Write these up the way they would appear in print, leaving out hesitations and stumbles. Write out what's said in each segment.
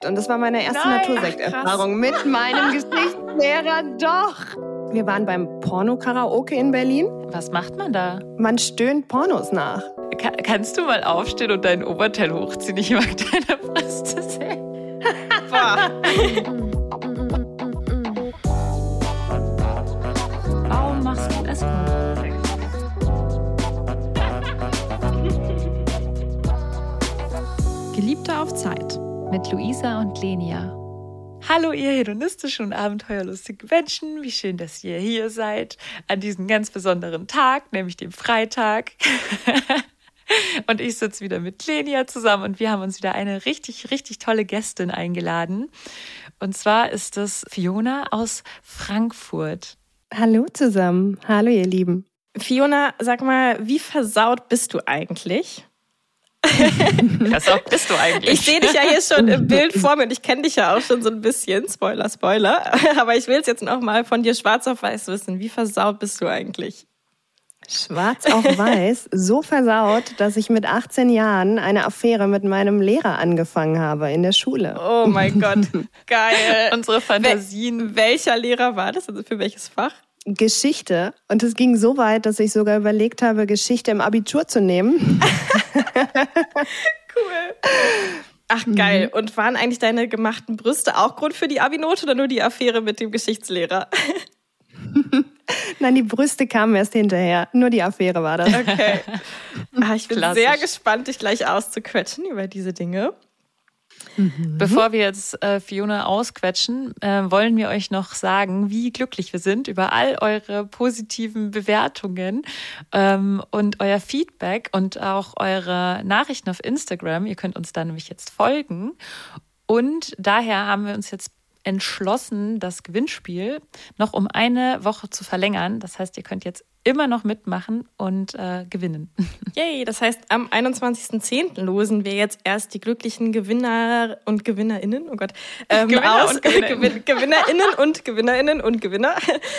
Und das war meine erste Natursekterfahrung mit meinem Geschichtslehrer. Doch! Wir waren beim Porno-Karaoke in Berlin. Was macht man da? Man stöhnt Pornos nach. Kannst du mal aufstehen und dein Oberteil hochziehen? Ich mag deine Brüste sehen. Warum machst du es? Geliebte auf Zeit mit Luisa und Lenia. Hallo ihr hedonistischen und abenteuerlustigen Menschen, wie schön, dass ihr hier seid an diesem ganz besonderen Tag, nämlich dem Freitag. Und ich sitze wieder mit Lenia zusammen und wir haben uns wieder eine richtig, richtig tolle Gästin eingeladen. Und zwar ist das Fiona aus Frankfurt. Hallo zusammen, hallo ihr Lieben. Fiona, sag mal, wie versaut bist du eigentlich? Versaut bist du eigentlich? Ich sehe dich ja hier schon im Bild vor mir und ich kenne dich ja auch schon so ein bisschen. Spoiler, Spoiler. Aber ich will es jetzt noch mal von dir schwarz auf weiß wissen. Wie versaut bist du eigentlich? Schwarz auf weiß, so versaut, dass ich mit 18 Jahren eine Affäre mit meinem Lehrer angefangen habe in der Schule. Oh mein Gott, geil. Unsere Fantasien. Welcher Lehrer war das? Also für welches Fach? Geschichte. Und es ging so weit, dass ich sogar überlegt habe, Geschichte im Abitur zu nehmen. Cool. Ach, geil. Und waren eigentlich deine gemachten Brüste auch Grund für die Abi-Note oder nur die Affäre mit dem Geschichtslehrer? Nein, die Brüste kamen erst hinterher. Nur die Affäre war das. Okay. Ich bin sehr gespannt, dich gleich auszuquetschen über diese Dinge. Bevor wir jetzt Fiona ausquetschen, wollen wir euch noch sagen, wie glücklich wir sind über all eure positiven Bewertungen und euer Feedback und auch eure Nachrichten auf Instagram. Ihr könnt uns da nämlich jetzt folgen. Und daher haben wir uns jetzt entschlossen, das Gewinnspiel noch um eine Woche zu verlängern. Das heißt, ihr könnt jetzt immer noch mitmachen und gewinnen. Yay, das heißt, am 21.10. losen wir jetzt erst die glücklichen Gewinner und GewinnerInnen, oh Gott, GewinnerInnen und GewinnerInnen und Gewinner.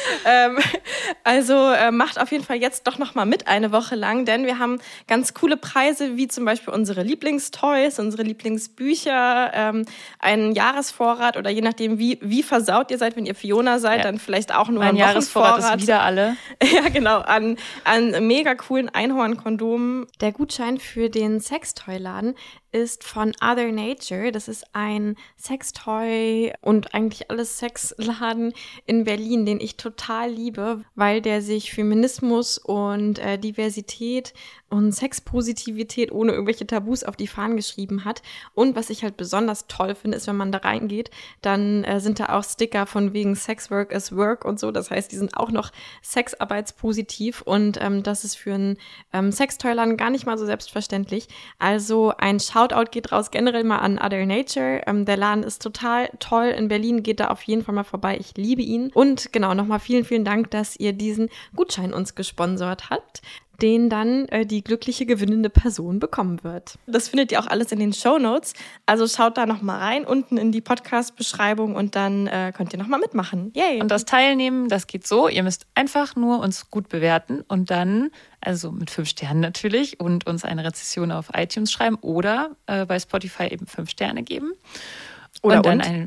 Also macht auf jeden Fall jetzt doch noch mal mit eine Woche lang, denn wir haben ganz coole Preise, wie zum Beispiel unsere Lieblingstoys, unsere Lieblingsbücher, einen Jahresvorrat oder je nachdem, wie versaut ihr seid, wenn ihr Fiona seid, dann vielleicht auch nur ein Jahresvorrat ist wieder alle. Ja, genau. An mega coolen Einhornkondomen. Der Gutschein für den Sextoy-Laden ist von Other Nature. Das ist ein Sextoy und eigentlich alles Sexladen in Berlin, den ich total liebe, weil der sich Feminismus und Diversität und Sexpositivität ohne irgendwelche Tabus auf die Fahnen geschrieben hat. Und was ich halt besonders toll finde, ist, wenn man da reingeht, dann sind da auch Sticker von wegen Sex Work is Work und so. Das heißt, die sind auch noch sexarbeitspositiv und das ist für einen Sextoyladen gar nicht mal so selbstverständlich. Also ein Shoutout geht raus generell mal an Other Nature. Der Laden ist total toll in Berlin, geht da auf jeden Fall mal vorbei. Ich liebe ihn. Und genau, nochmal vielen, vielen Dank, dass ihr diesen Gutschein uns gesponsert habt, den dann die glückliche gewinnende Person bekommen wird. Das findet ihr auch alles in den Shownotes. Also schaut da nochmal rein, unten in die Podcast-Beschreibung und dann könnt ihr nochmal mitmachen. Yay! Und das Teilnehmen, das geht so, ihr müsst einfach nur uns gut bewerten und dann, also mit 5 Sternen natürlich, und uns eine Rezension auf iTunes schreiben oder bei Spotify eben 5 Sterne geben. Und dann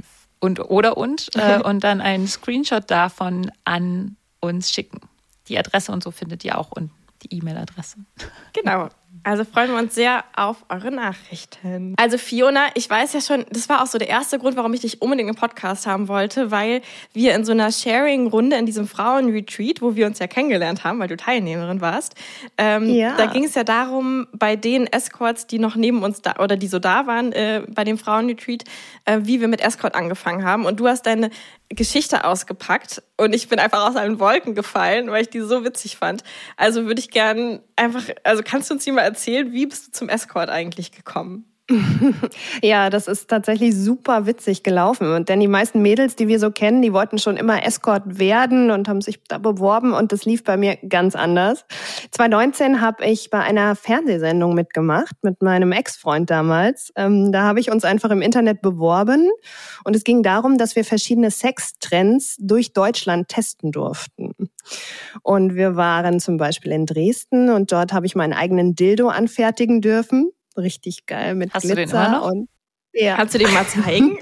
und dann einen Screenshot davon an uns schicken. Die Adresse und so findet ihr auch unten. Die E-Mail-Adresse. Genau. Also freuen wir uns sehr auf eure Nachrichten. Also Fiona, ich weiß ja schon, das war auch so der erste Grund, warum ich dich unbedingt im Podcast haben wollte, weil wir in so einer Sharing-Runde in diesem Frauenretreat, wo wir uns ja kennengelernt haben, weil du Teilnehmerin warst, da ging es ja darum, bei den Escorts, die noch neben uns da oder die so da waren, bei dem Frauenretreat, wie wir mit Escort angefangen haben. Und du hast deine Geschichte ausgepackt und ich bin einfach aus allen Wolken gefallen, weil ich die so witzig fand. Also würde ich gern kannst du uns hier mal erzählen, wie bist du zum Escort eigentlich gekommen? Ja, das ist tatsächlich super witzig gelaufen. Denn die meisten Mädels, die wir so kennen, die wollten schon immer Escort werden und haben sich da beworben und das lief bei mir ganz anders. 2019 habe ich bei einer Fernsehsendung mitgemacht mit meinem Ex-Freund damals. Da habe ich uns einfach im Internet beworben und es ging darum, dass wir verschiedene Sextrends durch Deutschland testen durften. Und wir waren zum Beispiel in Dresden und dort habe ich meinen eigenen Dildo anfertigen dürfen. Richtig geil mit Hast Glitzer. Du den immer noch? Und Ja. Kannst du den mal zeigen?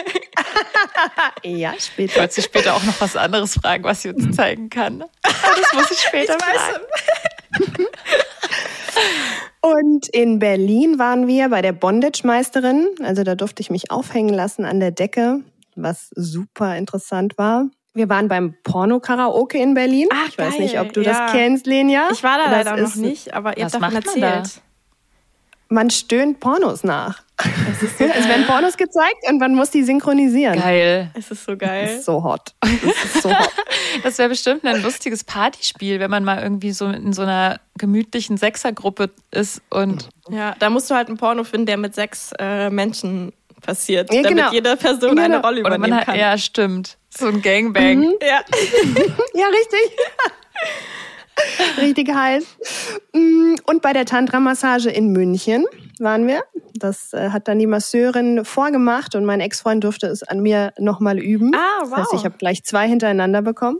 Ja, Ich später. wollte sie später auch noch was anderes fragen, was sie uns zeigen kann. Aber das muss ich später fragen. Und in Berlin waren wir bei der Bondage-Meisterin. Also da durfte ich mich aufhängen lassen an der Decke, was super interessant war. Wir waren beim Porno-Karaoke in Berlin. Ach, ich weiß geil. nicht, ob du Ja. das kennst, Lenia. Ich war da Das leider noch ist- nicht, aber ihr Was habt davon macht man da? erzählt. Man stöhnt Pornos nach. Es werden Pornos gezeigt und man muss die synchronisieren. Geil. Es ist so Das geil. ist so hot. Das ist so hot. Das wäre bestimmt ein lustiges Partyspiel, wenn man mal irgendwie so in so einer gemütlichen Sechsergruppe ist und Ja, da musst du halt einen Porno finden, der mit 6 Menschen passiert, Ja, damit genau. jede Person Genau. eine Rolle oder übernehmen man hat, kann. ja, stimmt. So ein Gangbang. Ja. Ja, richtig. Richtig heiß. Und bei der Tantra-Massage in München waren wir. Das hat dann die Masseurin vorgemacht und mein Ex-Freund durfte es an mir nochmal üben. Ah, wow. Das heißt, ich habe gleich 2 hintereinander bekommen.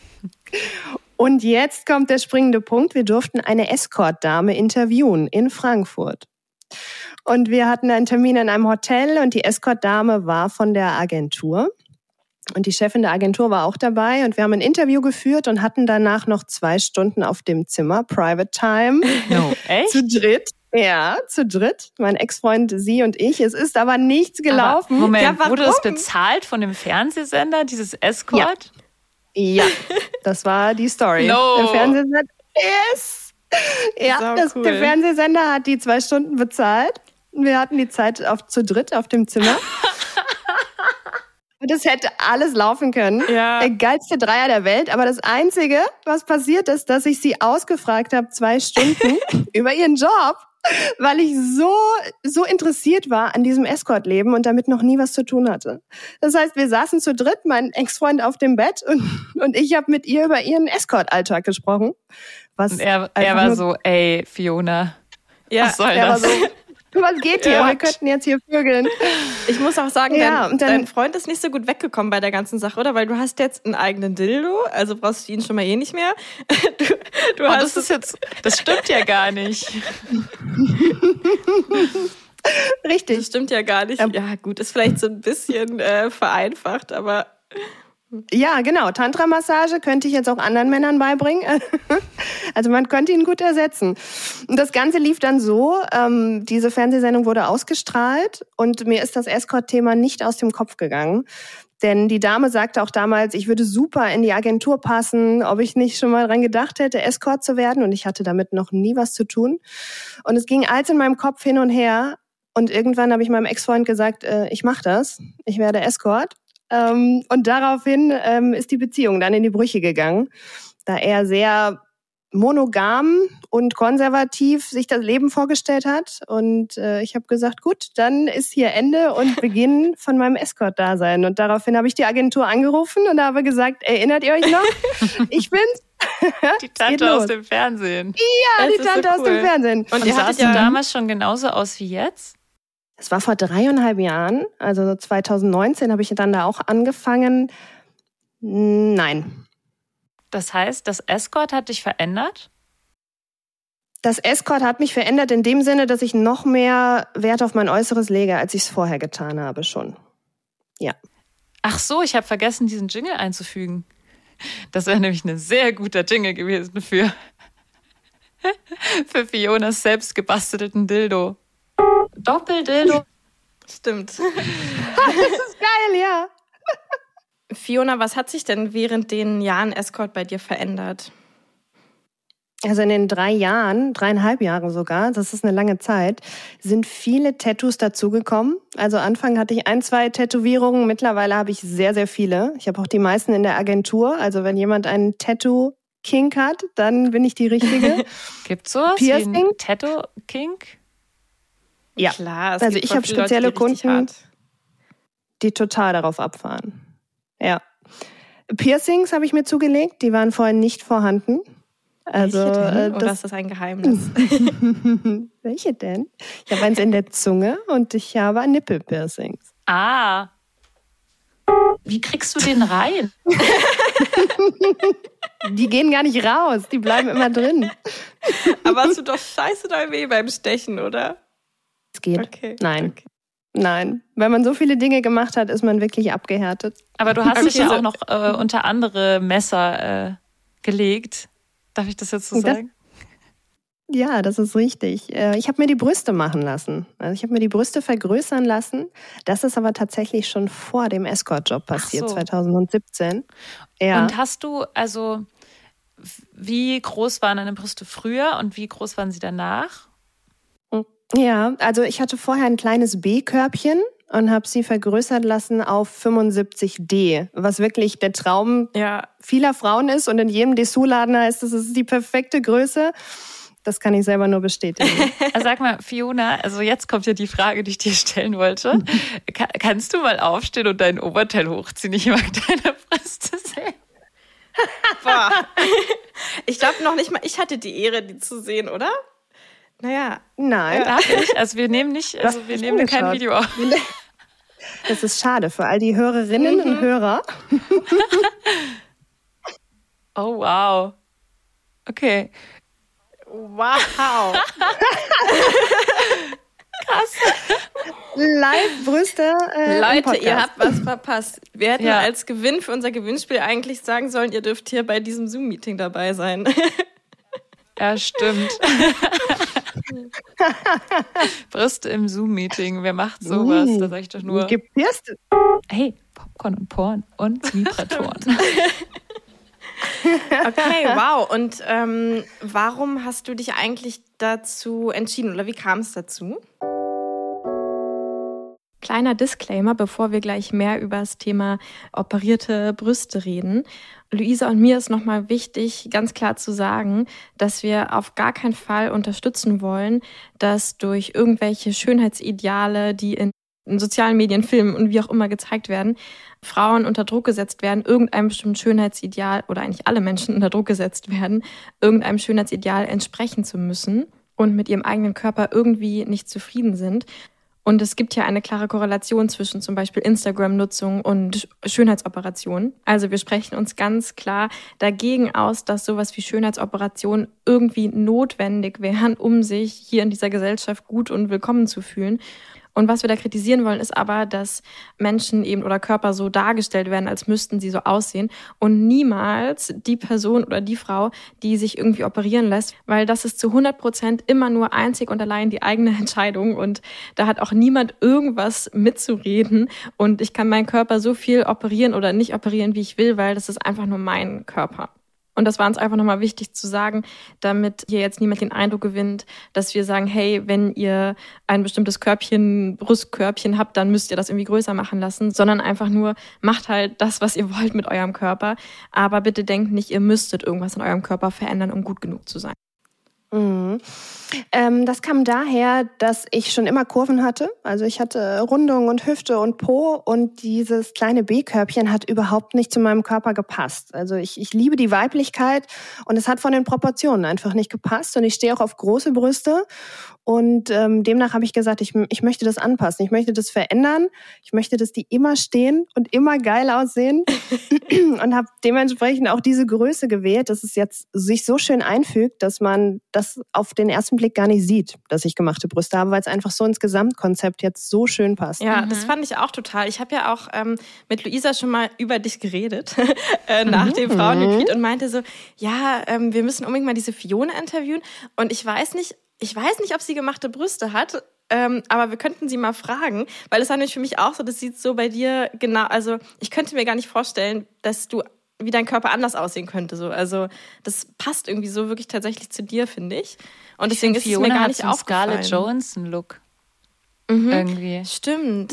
Und jetzt kommt der springende Punkt. Wir durften eine Escort-Dame interviewen in Frankfurt. Und wir hatten einen Termin in einem Hotel und die Escort-Dame war von der Agentur. Und die Chefin der Agentur war auch dabei und wir haben ein Interview geführt und hatten danach noch 2 Stunden auf dem Zimmer, Private Time, No, echt? zu dritt. Ja, zu dritt. Mein Ex-Freund, sie und ich. Es ist aber nichts gelaufen. Aber, Moment, Ja, warum? wurde das bezahlt von dem Fernsehsender, dieses Escort? Ja, das war die Story. No. Der Fernsehsender, yes. Ja, Sau cool. der Fernsehsender hat die 2 Stunden bezahlt. Wir hatten die Zeit zu dritt auf dem Zimmer. Und es hätte alles laufen können. Ja. Der geilste Dreier der Welt. Aber das Einzige, was passiert ist, dass ich sie ausgefragt habe, 2 Stunden über ihren Job, weil ich so interessiert war an diesem Escort-Leben und damit noch nie was zu tun hatte. Das heißt, wir saßen zu dritt, mein Ex-Freund auf dem Bett und ich habe mit ihr über ihren Escort-Alltag gesprochen. Was Und er einfach war nur- so, ey, Fiona, Ja, was soll er war das? so, was geht hier? Ja. Wir könnten jetzt hier vögeln. ich muss auch sagen, Ja, und dann- dein Freund ist nicht so gut weggekommen bei der ganzen Sache, oder? Weil du hast jetzt einen eigenen Dildo, also brauchst du ihn schon mal nicht mehr. Du Oh, hast das stimmt ja gar nicht. Richtig. das stimmt ja gar nicht. Ja, gut, ist vielleicht so ein bisschen vereinfacht, aber Ja, genau. Tantra-Massage könnte ich jetzt auch anderen Männern beibringen. Also man könnte ihn gut ersetzen. Und das Ganze lief dann so, diese Fernsehsendung wurde ausgestrahlt und mir ist das Escort-Thema nicht aus dem Kopf gegangen. Denn die Dame sagte auch damals, ich würde super in die Agentur passen, ob ich nicht schon mal dran gedacht hätte, Escort zu werden. Und ich hatte damit noch nie was zu tun. Und es ging alles in meinem Kopf hin und her. Und irgendwann habe ich meinem Ex-Freund gesagt, ich mache das, ich werde Escort. Und daraufhin ist die Beziehung dann in die Brüche gegangen, da er sehr monogam und konservativ sich das Leben vorgestellt hat. Und ich habe gesagt, gut, dann ist hier Ende und Beginn von meinem Escort-Dasein. Und daraufhin habe ich die Agentur angerufen und habe gesagt, erinnert ihr euch noch? Ich bin's. Die Geht Tante los. aus dem Fernsehen. Ja, Das die ist so Tante aus dem cool. Fernsehen. Und Und ihr sahst hattet du ja damals schon genauso aus wie jetzt? Es war vor 3,5 Jahren, also 2019 habe ich dann da auch angefangen. Nein. Das heißt, das Escort hat dich verändert? Das Escort hat mich verändert in dem Sinne, dass ich noch mehr Wert auf mein Äußeres lege, als ich es vorher getan habe schon. Ja. Ach so, ich habe vergessen, diesen Jingle einzufügen. Das wäre nämlich ein sehr guter Jingle gewesen für Fionas selbst gebastelten Dildo. Doppeldildo. stimmt. Geil, ja. Fiona, was hat sich denn während den Jahren Escort bei dir verändert? Also in den 3 Jahren, 3,5 Jahre sogar, das ist eine lange Zeit, sind viele Tattoos dazugekommen. Also Anfang hatte ich 1, 2 Tätowierungen, mittlerweile habe ich sehr, sehr viele. Ich habe auch die meisten in der Agentur. Also wenn jemand einen Tattoo-Kink hat, dann bin ich die Richtige. Gibt's sowas Piercing? wie ein Tattoo-Kink? Ja. Klar, es Also gibt ich voll habe viele Leute, spezielle die richtig Kunden, hart- die total darauf abfahren. Ja. Piercings habe ich mir zugelegt, die waren vorher nicht vorhanden. Also Welche denn? Oder das, ist das ein Geheimnis? welche denn? Ich habe eins in der Zunge und ich habe Nippelpiercings. Ah. Wie kriegst du den rein? Die gehen gar nicht raus, die bleiben immer drin. Aber es tut doch scheiße doll weh beim Stechen, oder? Es geht. Okay. Nein. Okay. Nein, wenn man so viele Dinge gemacht hat, ist man wirklich abgehärtet. Aber du hast dich ja auch noch unter andere Messer gelegt. Darf ich das jetzt so sagen? Ja, das ist richtig. Ich habe mir die Brüste machen lassen. Also ich habe mir die Brüste vergrößern lassen. Das ist aber tatsächlich schon vor dem Escort-Job passiert, 2017. Ja. Und hast du, also wie groß waren deine Brüste früher und wie groß waren sie danach? Ja, also ich hatte vorher ein kleines B-Körbchen und habe sie vergrößert lassen auf 75D, was wirklich der Traum vieler Frauen ist. Und in jedem Dessous-Laden heißt es, ist die perfekte Größe. Das kann ich selber nur bestätigen. Also sag mal, Fiona, also jetzt kommt ja die Frage, die ich dir stellen wollte. Kannst du mal aufstehen und dein Oberteil hochziehen? Ich mag deine Brüste sehen. Boah. Ich glaube noch nicht mal, ich hatte die Ehre, die zu sehen, oder? Naja. Nein. Darf ich? Also wir nehmen kein Video auf. Das ist schade für all die Hörerinnen und Hörer. Oh, wow. Okay. Wow. Krass. Live-Brüste. Leute, ihr habt was verpasst. Wir hätten als Gewinn für unser Gewinnspiel eigentlich sagen sollen, ihr dürft hier bei diesem Zoom-Meeting dabei sein. Ja, stimmt. Brüste im Zoom-Meeting. Wer macht sowas? Da sag ich doch nur. Gepirstet. Hey, Popcorn und Porn und Vibratoren. Okay, wow. Und warum hast du dich eigentlich dazu entschieden oder wie kam es dazu? Kleiner Disclaimer, bevor wir gleich mehr über das Thema operierte Brüste reden. Luisa und mir ist nochmal wichtig, ganz klar zu sagen, dass wir auf gar keinen Fall unterstützen wollen, dass durch irgendwelche Schönheitsideale, die in sozialen Medien, Filmen und wie auch immer gezeigt werden, Frauen unter Druck gesetzt werden, irgendeinem bestimmten Schönheitsideal oder eigentlich alle Menschen unter Druck gesetzt werden, irgendeinem Schönheitsideal entsprechen zu müssen und mit ihrem eigenen Körper irgendwie nicht zufrieden sind. Und es gibt ja eine klare Korrelation zwischen zum Beispiel Instagram-Nutzung und Schönheitsoperationen. Also wir sprechen uns ganz klar dagegen aus, dass sowas wie Schönheitsoperationen irgendwie notwendig wären, um sich hier in dieser Gesellschaft gut und willkommen zu fühlen. Und was wir da kritisieren wollen, ist aber, dass Menschen eben oder Körper so dargestellt werden, als müssten sie so aussehen und niemals die Person oder die Frau, die sich irgendwie operieren lässt, weil das ist zu 100% immer nur einzig und allein die eigene Entscheidung und da hat auch niemand irgendwas mitzureden und ich kann meinen Körper so viel operieren oder nicht operieren, wie ich will, weil das ist einfach nur mein Körper. Und das war uns einfach nochmal wichtig zu sagen, damit hier jetzt niemand den Eindruck gewinnt, dass wir sagen, hey, wenn ihr ein bestimmtes Körbchen, Brustkörbchen habt, dann müsst ihr das irgendwie größer machen lassen, sondern einfach nur, macht halt das, was ihr wollt mit eurem Körper. Aber bitte denkt nicht, ihr müsstet irgendwas in eurem Körper verändern, um gut genug zu sein. Mhm. Das kam daher, dass ich schon immer Kurven hatte. Also ich hatte Rundung und Hüfte und Po und dieses kleine B-Körbchen hat überhaupt nicht zu meinem Körper gepasst. Also ich liebe die Weiblichkeit und es hat von den Proportionen einfach nicht gepasst und ich stehe auch auf große Brüste und demnach habe ich gesagt, ich möchte das anpassen, ich möchte das verändern, ich möchte, dass die immer stehen und immer geil aussehen und habe dementsprechend auch diese Größe gewählt, dass es jetzt sich so schön einfügt, dass man das auf den ersten Blick gar nicht sieht, dass ich gemachte Brüste habe, weil es einfach so ins Gesamtkonzept jetzt so schön passt. Ja, das fand ich auch total. Ich habe ja auch mit Luisa schon mal über dich geredet nach dem Frauenretreat und meinte so, ja, wir müssen unbedingt mal diese Fiona interviewen und ich weiß nicht, ob sie gemachte Brüste hat, aber wir könnten sie mal fragen, weil es war nämlich für mich auch so, das sieht so bei dir genau, also ich könnte mir gar nicht vorstellen, dass du wie dein Körper anders aussehen könnte. So. Also das passt irgendwie so wirklich tatsächlich zu dir, finde ich. Und deswegen ist es mir gar nicht aufgefallen. Scarlett Johansson-Look. Irgendwie. Stimmt.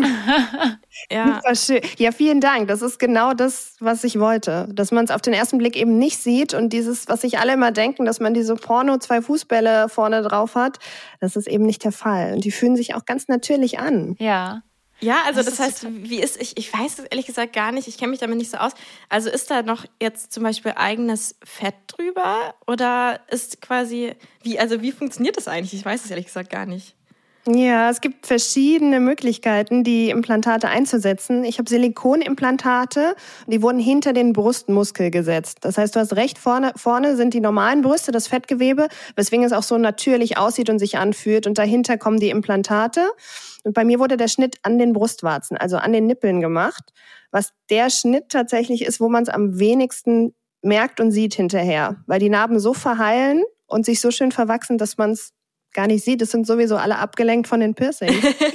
Ja. Ja, vielen Dank. Das ist genau das, was ich wollte. Dass man es auf den ersten Blick eben nicht sieht und dieses, was sich alle immer denken, dass man diese zwei Fußbälle vorne drauf hat, das ist eben nicht der Fall. Und die fühlen sich auch ganz natürlich an. Ja. Ja, also das heißt, wie ist, ich weiß es ehrlich gesagt gar nicht, ich kenne mich damit nicht so aus. Also ist da noch jetzt zum Beispiel eigenes Fett drüber oder ist quasi, wie funktioniert das eigentlich? Ich weiß es ehrlich gesagt gar nicht. Ja, es gibt verschiedene Möglichkeiten, die Implantate einzusetzen. Ich habe Silikonimplantate, die wurden hinter den Brustmuskel gesetzt. Das heißt, du hast recht, vorne sind die normalen Brüste, das Fettgewebe, weswegen es auch so natürlich aussieht und sich anfühlt. Und dahinter kommen die Implantate. Und bei mir wurde der Schnitt an den Brustwarzen, also an den Nippeln gemacht, was der Schnitt tatsächlich ist, wo man es am wenigsten merkt und sieht hinterher, weil die Narben so verheilen und sich so schön verwachsen, dass man es gar nicht sieht. Es sind sowieso alle abgelenkt von den Piercings.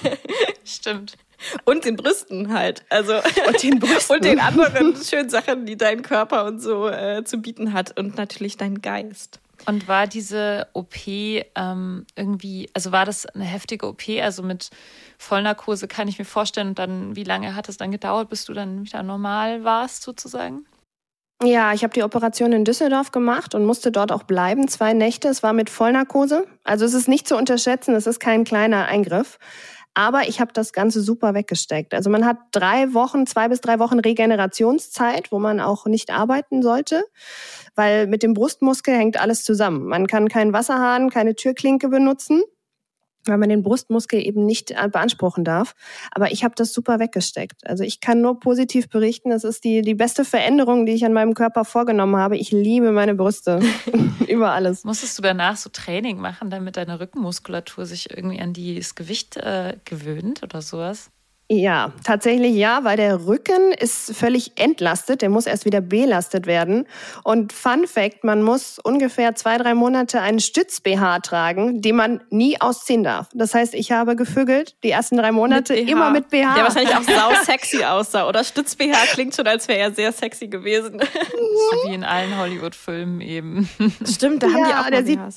Stimmt. Und den Brüsten halt. Also und den Brüsten. Und den anderen schönen Sachen, die dein Körper und so zu bieten hat. Und natürlich dein Geist. Und war diese OP irgendwie, also war das eine heftige OP? Also mit Vollnarkose kann ich mir vorstellen. Und dann, wie lange hat es dann gedauert, bis du dann wieder normal warst sozusagen? Ja, ich habe die Operation in Düsseldorf gemacht und musste dort auch bleiben, 2 Nächte. Es war mit Vollnarkose. Also es ist nicht zu unterschätzen, es ist kein kleiner Eingriff. Aber ich habe das Ganze super weggesteckt. Also man hat 2 bis 3 Wochen Regenerationszeit, wo man auch nicht arbeiten sollte, weil mit dem Brustmuskel hängt alles zusammen. Man kann keinen Wasserhahn, keine Türklinke benutzen, weil man den Brustmuskel eben nicht beanspruchen darf. Aber ich habe das super weggesteckt. Also ich kann nur positiv berichten, das ist die beste Veränderung, die ich an meinem Körper vorgenommen habe. Ich liebe meine Brüste über alles. Musstest du danach so Training machen, damit deine Rückenmuskulatur sich irgendwie an das Gewicht gewöhnt oder sowas? Ja, tatsächlich ja, weil der Rücken ist völlig entlastet, der muss erst wieder belastet werden. Und Fun Fact, man muss ungefähr 2-3 Monate einen Stütz-BH tragen, den man nie ausziehen darf. Das heißt, ich habe gevögelt die ersten 3 Monate immer mit BH. Der wahrscheinlich auch sau sexy aussah, oder? Stütz-BH klingt schon, als wäre er sehr sexy gewesen. So wie in allen Hollywood-Filmen eben. Stimmt, da haben die auch mal BHs.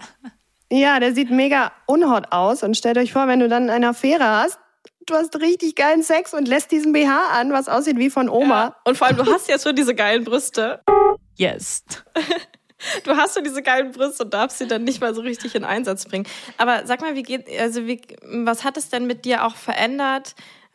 Ja, der sieht mega unhot aus. Und stellt euch vor, wenn du dann eine Affäre hast, du hast richtig geilen Sex und lässt diesen BH an, was aussieht wie von Oma. Ja. Und vor allem, du hast jetzt schon diese geilen Brüste. Yes. Du hast schon diese geilen Brüste und darfst sie dann nicht mal so richtig in Einsatz bringen. Aber sag mal, was hat es denn mit dir auch verändert?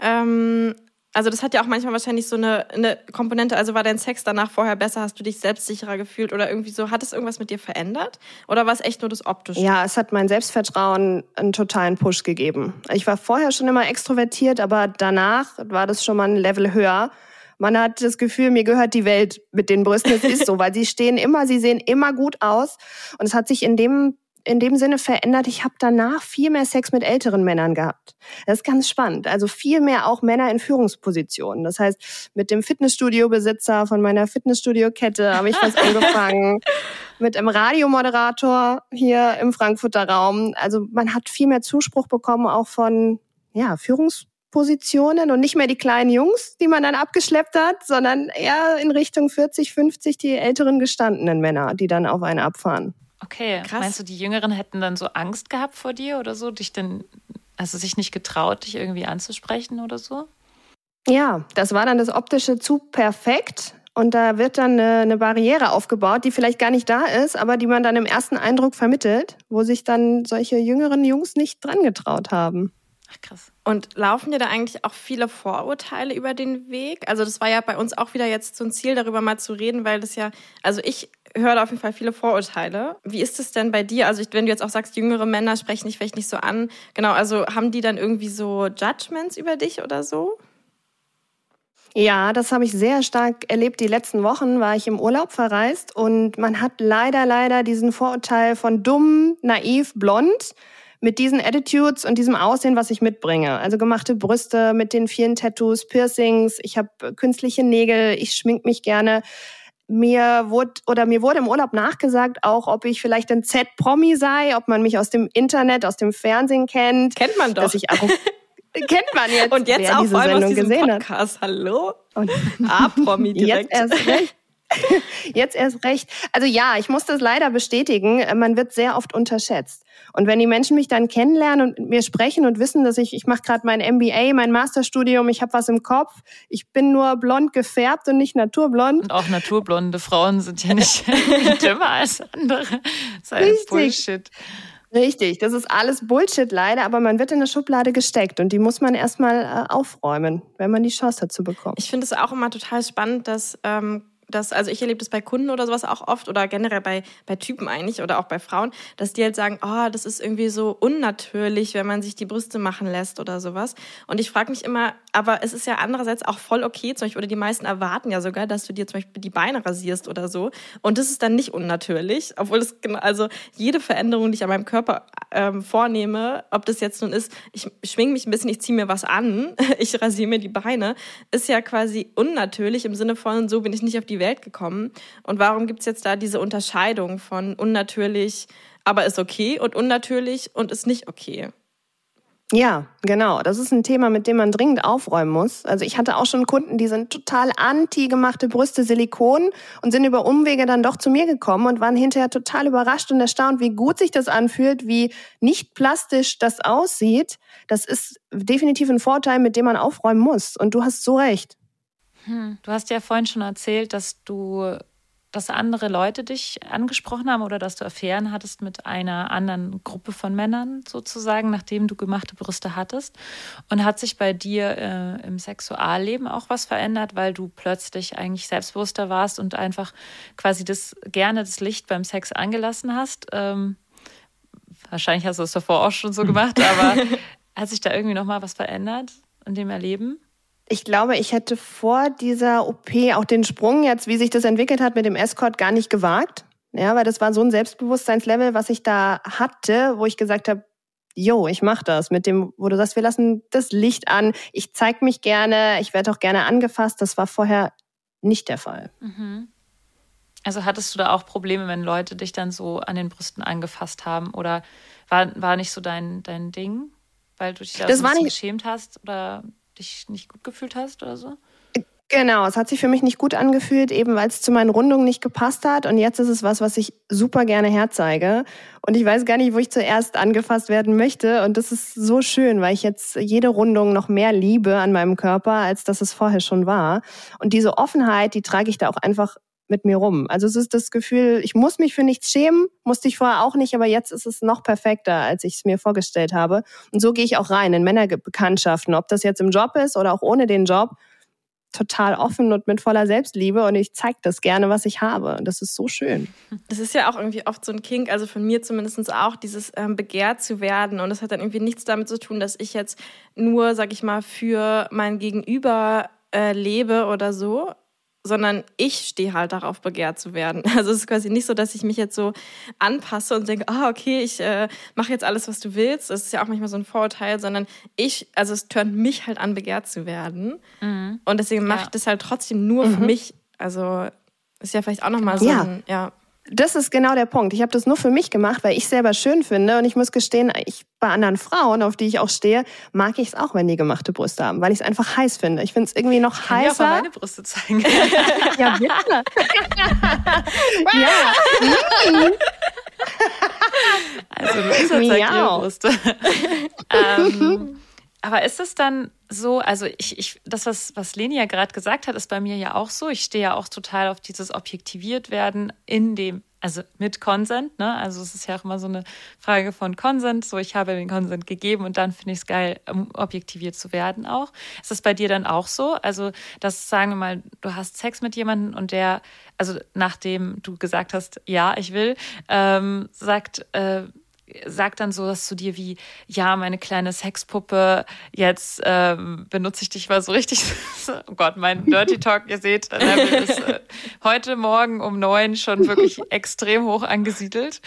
Also das hat ja auch manchmal wahrscheinlich so eine Komponente, also war dein Sex danach vorher besser, hast du dich selbstsicherer gefühlt oder irgendwie so, hat es irgendwas mit dir verändert? Oder war es echt nur das Optische? Ja, es hat mein Selbstvertrauen einen totalen Push gegeben. Ich war vorher schon immer extrovertiert, aber danach war das schon mal ein Level höher. Man hat das Gefühl, mir gehört die Welt mit den Brüsten. Es ist so, weil sie sehen immer gut aus. Und es hat sich in dem Sinne verändert. Ich habe danach viel mehr Sex mit älteren Männern gehabt. Das ist ganz spannend. Also viel mehr auch Männer in Führungspositionen. Das heißt, mit dem Fitnessstudio-Besitzer von meiner Fitnessstudio-Kette habe ich was angefangen. Mit einem Radiomoderator hier im Frankfurter Raum. Also man hat viel mehr Zuspruch bekommen, auch von Führungspositionen und nicht mehr die kleinen Jungs, die man dann abgeschleppt hat, sondern eher in Richtung 40, 50 die älteren gestandenen Männer, die dann auf einen abfahren. Okay, krass. Meinst du, die Jüngeren hätten dann so Angst gehabt vor dir oder so, sich nicht getraut, dich irgendwie anzusprechen oder so? Ja, das war dann das Optische zu perfekt und da wird dann eine Barriere aufgebaut, die vielleicht gar nicht da ist, aber die man dann im ersten Eindruck vermittelt, wo sich dann solche jüngeren Jungs nicht dran getraut haben. Ach, krass. Und laufen dir da eigentlich auch viele Vorurteile über den Weg? Also das war ja bei uns auch wieder jetzt so ein Ziel, darüber mal zu reden, weil das ja, also ich höre da auf jeden Fall viele Vorurteile. Wie ist es denn bei dir? Also wenn du jetzt auch sagst, jüngere Männer sprechen dich vielleicht nicht so an. Genau, also haben die dann irgendwie so Judgments über dich oder so? Ja, das habe ich sehr stark erlebt. Die letzten Wochen war ich im Urlaub verreist und man hat leider diesen Vorurteil von dumm, naiv, blond mit diesen Attitudes und diesem Aussehen, was ich mitbringe. Also gemachte Brüste mit den vielen Tattoos, Piercings, ich habe künstliche Nägel, ich schmink mich gerne. Mir wurde im Urlaub nachgesagt, auch ob ich vielleicht ein Z-Promi sei, ob man mich aus dem Internet, aus dem Fernsehen kennt. Kennt man doch. Dass ich kennt man jetzt. Und jetzt wer auch diese vor allem Sendung aus diesem gesehen Podcast. Hat. Hallo? Und A-Promi direkt. Jetzt erst recht. Also ja, ich muss das leider bestätigen. Man wird sehr oft unterschätzt. Und wenn die Menschen mich dann kennenlernen und mit mir sprechen und wissen, dass ich mache gerade mein MBA, mein Masterstudium, ich habe was im Kopf, ich bin nur blond gefärbt und nicht naturblond. Und auch naturblonde Frauen sind ja nicht dümmer als andere. Das ist alles Bullshit. Richtig, das ist alles Bullshit leider, aber man wird in eine Schublade gesteckt und die muss man erstmal aufräumen, wenn man die Chance dazu bekommt. Ich finde es auch immer total spannend, dass also ich erlebe das bei Kunden oder sowas auch oft oder generell bei Typen eigentlich oder auch bei Frauen, dass die halt sagen, oh, das ist irgendwie so unnatürlich, wenn man sich die Brüste machen lässt oder sowas. Und ich frage mich immer, aber es ist ja andererseits auch voll okay, zum Beispiel, oder die meisten erwarten ja sogar, dass du dir zum Beispiel die Beine rasierst oder so. Und das ist dann nicht unnatürlich, obwohl es also jede Veränderung, die ich an meinem Körper vornehme, ob das jetzt nun ist, ich schwinge mich ein bisschen, ich ziehe mir was an, ich rasiere mir die Beine, ist ja quasi unnatürlich im Sinne von, so bin ich nicht auf die Welt gekommen. Und warum gibt's jetzt da diese Unterscheidung von unnatürlich, aber ist okay und unnatürlich und ist nicht okay? Ja, genau. Das ist ein Thema, mit dem man dringend aufräumen muss. Also ich hatte auch schon Kunden, die sind total anti gemachte Brüste, Silikon und sind über Umwege dann doch zu mir gekommen und waren hinterher total überrascht und erstaunt, wie gut sich das anfühlt, wie nicht plastisch das aussieht. Das ist definitiv ein Vorteil, mit dem man aufräumen muss. Und du hast so recht. Du hast ja vorhin schon erzählt, dass andere Leute dich angesprochen haben oder dass du Affären hattest mit einer anderen Gruppe von Männern sozusagen, nachdem du gemachte Brüste hattest. Und hat sich bei dir im Sexualleben auch was verändert, weil du plötzlich eigentlich selbstbewusster warst und einfach quasi gerne das Licht beim Sex angelassen hast? Wahrscheinlich hast du es davor auch schon so gemacht, aber hat sich da irgendwie nochmal was verändert in dem Erleben? Ich glaube, ich hätte vor dieser OP auch den Sprung jetzt, wie sich das entwickelt hat mit dem Escort, gar nicht gewagt. Ja, weil das war so ein Selbstbewusstseinslevel, was ich da hatte, wo ich gesagt habe, yo, ich mach das mit dem, wo du sagst, wir lassen das Licht an, ich zeig mich gerne, ich werde auch gerne angefasst. Das war vorher nicht der Fall. Mhm. Also hattest du da auch Probleme, wenn Leute dich dann so an den Brüsten angefasst haben? Oder war nicht so dein Ding, weil du dich da so ein bisschen geschämt hast oder dich nicht gut gefühlt hast oder so? Genau, es hat sich für mich nicht gut angefühlt, eben weil es zu meinen Rundungen nicht gepasst hat. Und jetzt ist es was ich super gerne herzeige. Und ich weiß gar nicht, wo ich zuerst angefasst werden möchte. Und das ist so schön, weil ich jetzt jede Rundung noch mehr liebe an meinem Körper, als dass es vorher schon war. Und diese Offenheit, die trage ich da auch einfach mit mir rum. Also es ist das Gefühl, ich muss mich für nichts schämen, musste ich vorher auch nicht, aber jetzt ist es noch perfekter, als ich es mir vorgestellt habe. Und so gehe ich auch rein in Männerbekanntschaften, ob das jetzt im Job ist oder auch ohne den Job, total offen und mit voller Selbstliebe und ich zeige das gerne, was ich habe. Und das ist so schön. Das ist ja auch irgendwie oft so ein Kink, also von mir zumindest auch, dieses begehrt zu werden. Und das hat dann irgendwie nichts damit zu tun, dass ich jetzt nur, sag ich mal, für mein Gegenüber lebe oder so, sondern ich stehe halt darauf, begehrt zu werden. Also es ist quasi nicht so, dass ich mich jetzt so anpasse und denke, okay, ich mache jetzt alles, was du willst. Das ist ja auch manchmal so ein Vorurteil, sondern es turnt mich halt an, begehrt zu werden. Mhm. Und deswegen mache ich das halt trotzdem nur für mich. Also ist ja vielleicht auch nochmal so ein. Das ist genau der Punkt. Ich habe das nur für mich gemacht, weil ich es selber schön finde. Und ich muss gestehen, bei anderen Frauen, auf die ich auch stehe, mag ich es auch, wenn die gemachte Brüste haben, weil ich es einfach heiß finde. Ich finde es irgendwie noch heißer. Ich kann dir auch meine Brüste zeigen. Ja, bitte. Ja. Also Luisa zeigt ihre Brüste. Aber ist es dann so, also das, was Leni ja gerade gesagt hat, ist bei mir ja auch so. Ich stehe ja auch total auf dieses objektiviert werden also mit Consent, ne? Also es ist ja auch immer so eine Frage von Consent. So, ich habe den Consent gegeben und dann finde ich es geil, objektiviert zu werden auch. Ist das bei dir dann auch so? Also, dass, sagen wir mal, du hast Sex mit jemandem und der, also nachdem du gesagt hast, ja, ich will, sagt dann so was zu dir wie, ja, meine kleine Sexpuppe, jetzt benutze ich dich mal so richtig. Oh Gott, mein Dirty Talk, ihr seht, Level ist heute Morgen um 9 schon wirklich extrem hoch angesiedelt.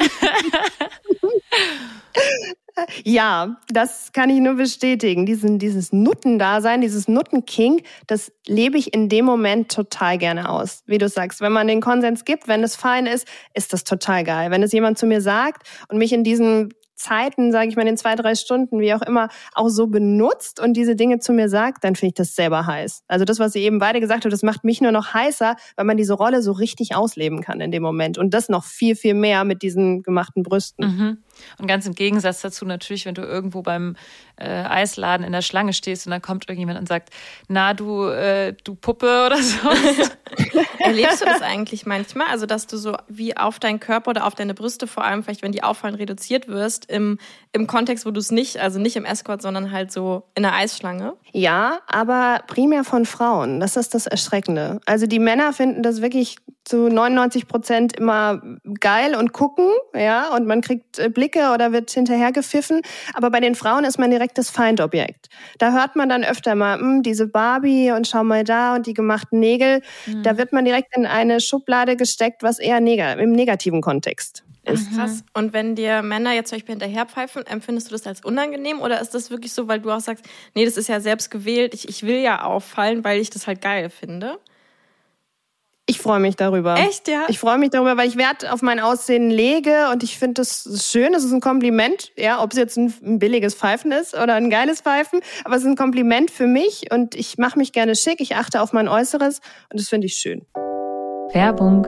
Ja, das kann ich nur bestätigen. Dieses Nuttendasein, dieses Nuttenking, das lebe ich in dem Moment total gerne aus. Wie du sagst, wenn man den Konsens gibt, wenn es fein ist, ist das total geil. Wenn es jemand zu mir sagt und mich in diesen Zeiten, sage ich mal, in 2-3 Stunden, wie auch immer, auch so benutzt und diese Dinge zu mir sagt, dann finde ich das selber heiß. Also das, was ihr eben beide gesagt habt, das macht mich nur noch heißer, weil man diese Rolle so richtig ausleben kann in dem Moment. Und das noch viel, viel mehr mit diesen gemachten Brüsten. Mhm. Und ganz im Gegensatz dazu natürlich, wenn du irgendwo beim Eisladen in der Schlange stehst und dann kommt irgendjemand und sagt, na du Puppe oder so. Erlebst du das eigentlich manchmal? Also, dass du so wie auf deinen Körper oder auf deine Brüste vor allem, vielleicht wenn die auffallen, reduziert wirst, im Kontext, wo du es nicht, also nicht im Escort, sondern halt so in der Eisschlange? Ja, aber primär von Frauen. Das ist das Erschreckende. Also die Männer finden das wirklich zu 99% immer geil und gucken, ja, und man kriegt Blicke oder wird hinterher gepfiffen. Aber bei den Frauen ist man direkt das Feindobjekt. Da hört man dann öfter mal, diese Barbie und schau mal da und die gemachten Nägel. Da wird man direkt in eine Schublade gesteckt, was eher im negativen Kontext ist. Krass. Und wenn dir Männer jetzt zum Beispiel hinterherpfeifen, empfindest du das als unangenehm oder ist das wirklich so, weil du auch sagst, nee, das ist ja selbst gewählt, ich will ja auffallen, weil ich das halt geil finde? Ich freue mich darüber. Echt, ja? Ich freue mich darüber, weil ich Wert auf mein Aussehen lege und ich finde das schön, es ist ein Kompliment, ja, ob es jetzt ein billiges Pfeifen ist oder ein geiles Pfeifen, aber es ist ein Kompliment für mich und ich mache mich gerne schick, ich achte auf mein Äußeres und das finde ich schön. Werbung.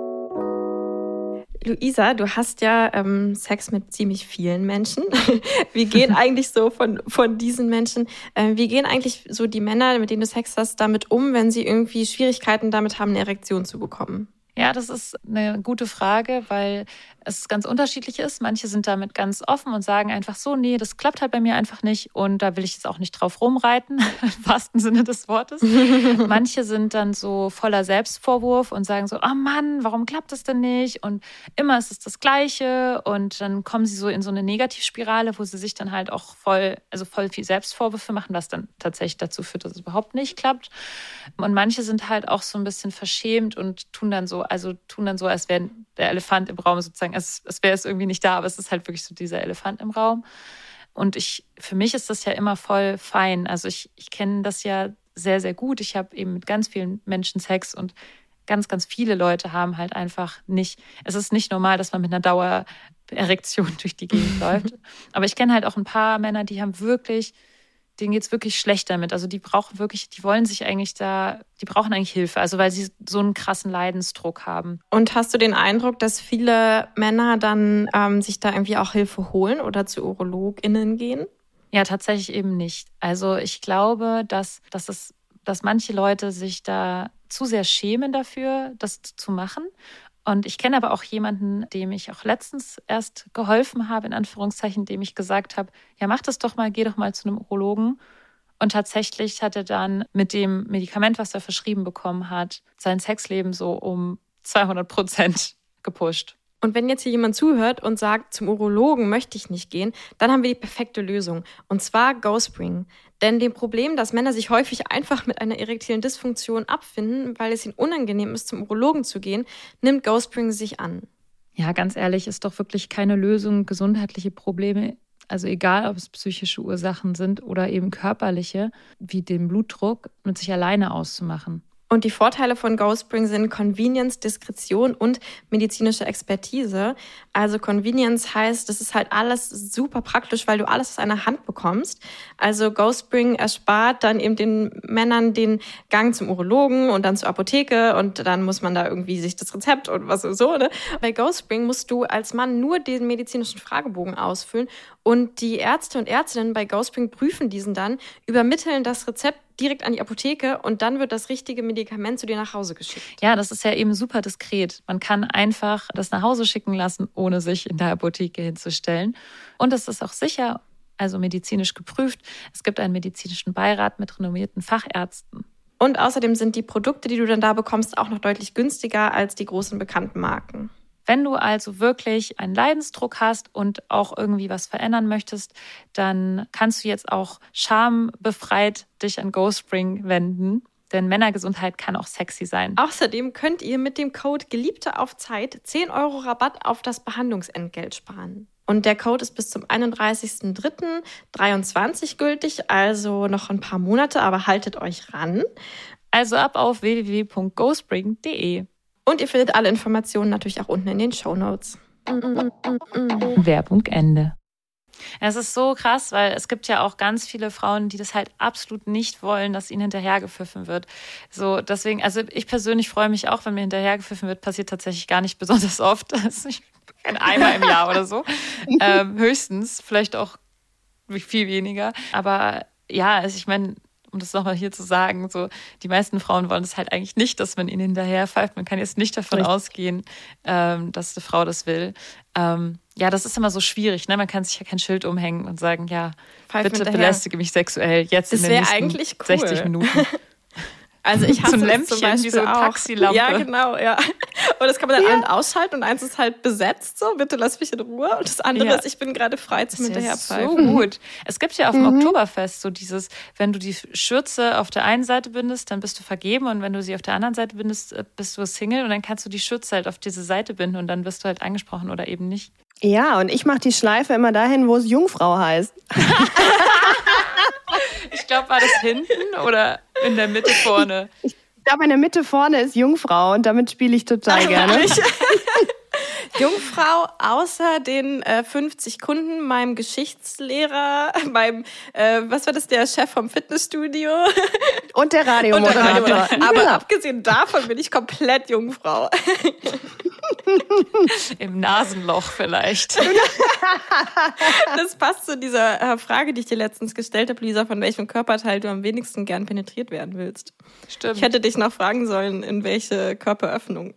Luisa, du hast ja Sex mit ziemlich vielen Menschen. Wie gehen eigentlich so von diesen Menschen, wie gehen eigentlich so die Männer, mit denen du Sex hast, damit um, wenn sie irgendwie Schwierigkeiten damit haben, eine Erektion zu bekommen? Ja, das ist eine gute Frage, weil es ganz unterschiedlich ist. Manche sind damit ganz offen und sagen einfach so, nee, das klappt halt bei mir einfach nicht und da will ich jetzt auch nicht drauf rumreiten, im wahrsten Sinne des Wortes. Manche sind dann so voller Selbstvorwurf und sagen so, oh Mann, warum klappt das denn nicht? Und immer ist es das Gleiche und dann kommen sie so in so eine Negativspirale, wo sie sich dann halt auch voll viel Selbstvorwürfe machen, was dann tatsächlich dazu führt, dass es überhaupt nicht klappt. Und manche sind halt auch so ein bisschen verschämt und tun dann so, als wäre der Elefant im Raum sozusagen, als wäre es irgendwie nicht da, aber es ist halt wirklich so dieser Elefant im Raum. Und für mich ist das ja immer voll fein. Also ich kenne das ja sehr, sehr gut. Ich habe eben mit ganz vielen Menschen Sex und ganz, ganz viele Leute haben halt einfach nicht, es ist nicht normal, dass man mit einer Dauererektion durch die Gegend läuft. Aber ich kenne halt auch ein paar Männer, denen geht's wirklich schlecht damit. Also die brauchen eigentlich Hilfe, also weil sie so einen krassen Leidensdruck haben. Und hast du den Eindruck, dass viele Männer dann sich da irgendwie auch Hilfe holen oder zu UrologInnen gehen? Ja, tatsächlich eben nicht. Also ich glaube, dass manche Leute sich da zu sehr schämen dafür, das zu machen. Und ich kenne aber auch jemanden, dem ich auch letztens erst geholfen habe, in Anführungszeichen, dem ich gesagt habe, ja, mach das doch mal, geh doch mal zu einem Urologen. Und tatsächlich hat er dann mit dem Medikament, was er verschrieben bekommen hat, sein Sexleben so um 200% gepusht. Und wenn jetzt hier jemand zuhört und sagt, zum Urologen möchte ich nicht gehen, dann haben wir die perfekte Lösung. Und zwar GoSpring. Denn dem Problem, dass Männer sich häufig einfach mit einer erektilen Dysfunktion abfinden, weil es ihnen unangenehm ist, zum Urologen zu gehen, nimmt GoSpring sich an. Ja, ganz ehrlich, ist doch wirklich keine Lösung, gesundheitliche Probleme, also egal, ob es psychische Ursachen sind oder eben körperliche, wie den Blutdruck, mit sich alleine auszumachen. Und die Vorteile von GoSpring sind Convenience, Diskretion und medizinische Expertise. Also Convenience heißt, das ist halt alles super praktisch, weil du alles aus einer Hand bekommst. Also GoSpring erspart dann eben den Männern den Gang zum Urologen und dann zur Apotheke und dann muss man da irgendwie sich das Rezept und was so, ne? Bei GoSpring musst du als Mann nur den medizinischen Fragebogen ausfüllen und die Ärzte und Ärztinnen bei GoSpring prüfen diesen dann, übermitteln das Rezept direkt an die Apotheke und dann wird das richtige Medikament zu dir nach Hause geschickt. Ja, das ist ja eben super diskret. Man kann einfach das nach Hause schicken lassen, ohne sich in der Apotheke hinzustellen. Und es ist auch sicher, also medizinisch geprüft. Es gibt einen medizinischen Beirat mit renommierten Fachärzten. Und außerdem sind die Produkte, die du dann da bekommst, auch noch deutlich günstiger als die großen bekannten Marken. Wenn du also wirklich einen Leidensdruck hast und auch irgendwie was verändern möchtest, dann kannst du jetzt auch schambefreit dich an GoSpring wenden. Denn Männergesundheit kann auch sexy sein. Außerdem könnt ihr mit dem Code Geliebte auf Zeit 10 € Rabatt auf das Behandlungsentgelt sparen. Und der Code ist bis zum 31.03.2023 gültig, also noch ein paar Monate, aber haltet euch ran. Also ab auf www.gospring.de. Und ihr findet alle Informationen natürlich auch unten in den Shownotes. Werbung Ende. Es ist so krass, weil es gibt ja auch ganz viele Frauen, die das halt absolut nicht wollen, dass ihnen hinterhergepfiffen wird. So, deswegen, also ich persönlich freue mich auch, wenn mir hinterhergepfiffen wird, passiert tatsächlich gar nicht besonders oft. Also Einmal im Jahr oder so. Höchstens, vielleicht auch viel weniger. Aber ja, also ich meine, um das nochmal hier zu sagen, so die meisten Frauen wollen es halt eigentlich nicht, dass man ihnen hinterherpfeift. Man kann jetzt nicht davon ausgehen, dass eine Frau das will. Ja, das ist immer so schwierig, ne? Man kann sich ja kein Schild umhängen und sagen, ja, bitte belästige mich sexuell jetzt in den nächsten eigentlich cool. 60 Minuten. Also ich hasse so ein das zum Lämpchen, wie so eine Taxilampe. Ja, genau, ja. Und das kann man dann an- und ausschalten und eins ist halt besetzt, so, bitte lass mich in Ruhe. Und das andere ist, ich bin gerade frei zum Hinterherpfeifen. So gut. Es gibt ja auf dem Oktoberfest so dieses, wenn du die Schürze auf der einen Seite bindest, dann bist du vergeben und wenn du sie auf der anderen Seite bindest, bist du Single und dann kannst du die Schürze halt auf diese Seite binden und dann wirst du halt angesprochen oder eben nicht. Ja, und ich mache die Schleife immer dahin, wo es Jungfrau heißt. Ich glaube, war das hinten oder in der Mitte vorne? Ich glaube, in der Mitte vorne ist Jungfrau und damit spiele ich total gerne. Jungfrau, außer den 50 Kunden, meinem Geschichtslehrer, meinem, was war das, der Chef vom Fitnessstudio? Und der Radiomoderator. Aber abgesehen davon bin ich komplett Jungfrau. Im Nasenloch vielleicht. Das passt zu dieser Frage, die ich dir letztens gestellt habe, Lisa, von welchem Körperteil du am wenigsten gern penetriert werden willst. Stimmt. Ich hätte dich noch fragen sollen, in welche Körperöffnung.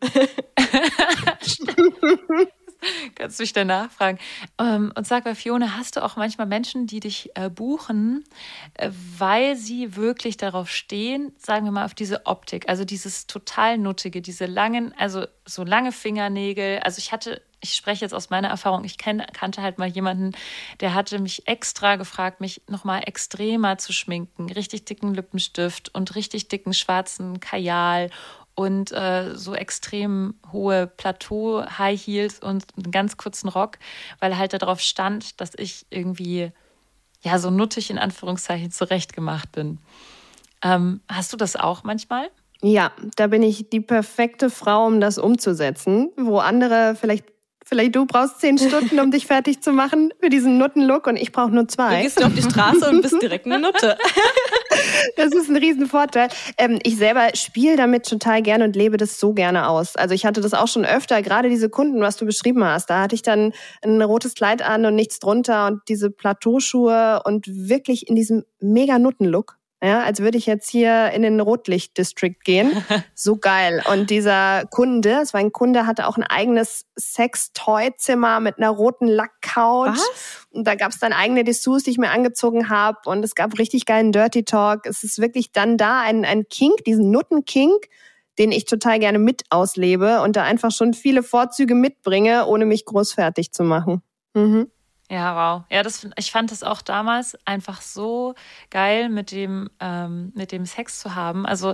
Kannst du mich danach fragen. Und sag mal, Fiona, hast du auch manchmal Menschen, die dich buchen, weil sie wirklich darauf stehen, sagen wir mal, auf diese Optik, also dieses total Nuttige, diese langen, also so lange Fingernägel. Also ich spreche jetzt aus meiner Erfahrung, ich kannte halt mal jemanden, der hatte mich extra gefragt, mich nochmal extremer zu schminken, richtig dicken Lippenstift und richtig dicken schwarzen Kajal und so extrem hohe Plateau-High Heels und einen ganz kurzen Rock, weil er halt darauf stand, dass ich irgendwie ja so nuttig in Anführungszeichen zurechtgemacht bin. Hast du das auch manchmal? Ja, da bin ich die perfekte Frau, um das umzusetzen, wo andere vielleicht du brauchst 10 Stunden, um dich fertig zu machen für diesen Nuttenlook und ich brauche nur 2. Du gehst auf die Straße und bist direkt eine Nutte. Das ist ein Riesenvorteil. Ich selber spiele damit total gerne und lebe das so gerne aus. Also ich hatte das auch schon öfter, gerade diese Kunden, was du beschrieben hast. Da hatte ich dann ein rotes Kleid an und nichts drunter und diese Plateauschuhe und wirklich in diesem mega Nuttenlook. Ja, als würde ich jetzt hier in den Rotlicht-District gehen. So geil. Und dieser Kunde, es war ein Kunde, hatte auch ein eigenes Sex-Toy-Zimmer mit einer roten Lack-Couch. Was? Und da gab es dann eigene Dessous, die ich mir angezogen habe. Und es gab richtig geilen Dirty Talk. Es ist wirklich dann da ein Kink, diesen Nutten-Kink, den ich total gerne mit auslebe und da einfach schon viele Vorzüge mitbringe, ohne mich groß fertig zu machen. Mhm. Ja, wow. Ja, ich fand das auch damals einfach so geil, mit dem Sex zu haben. Also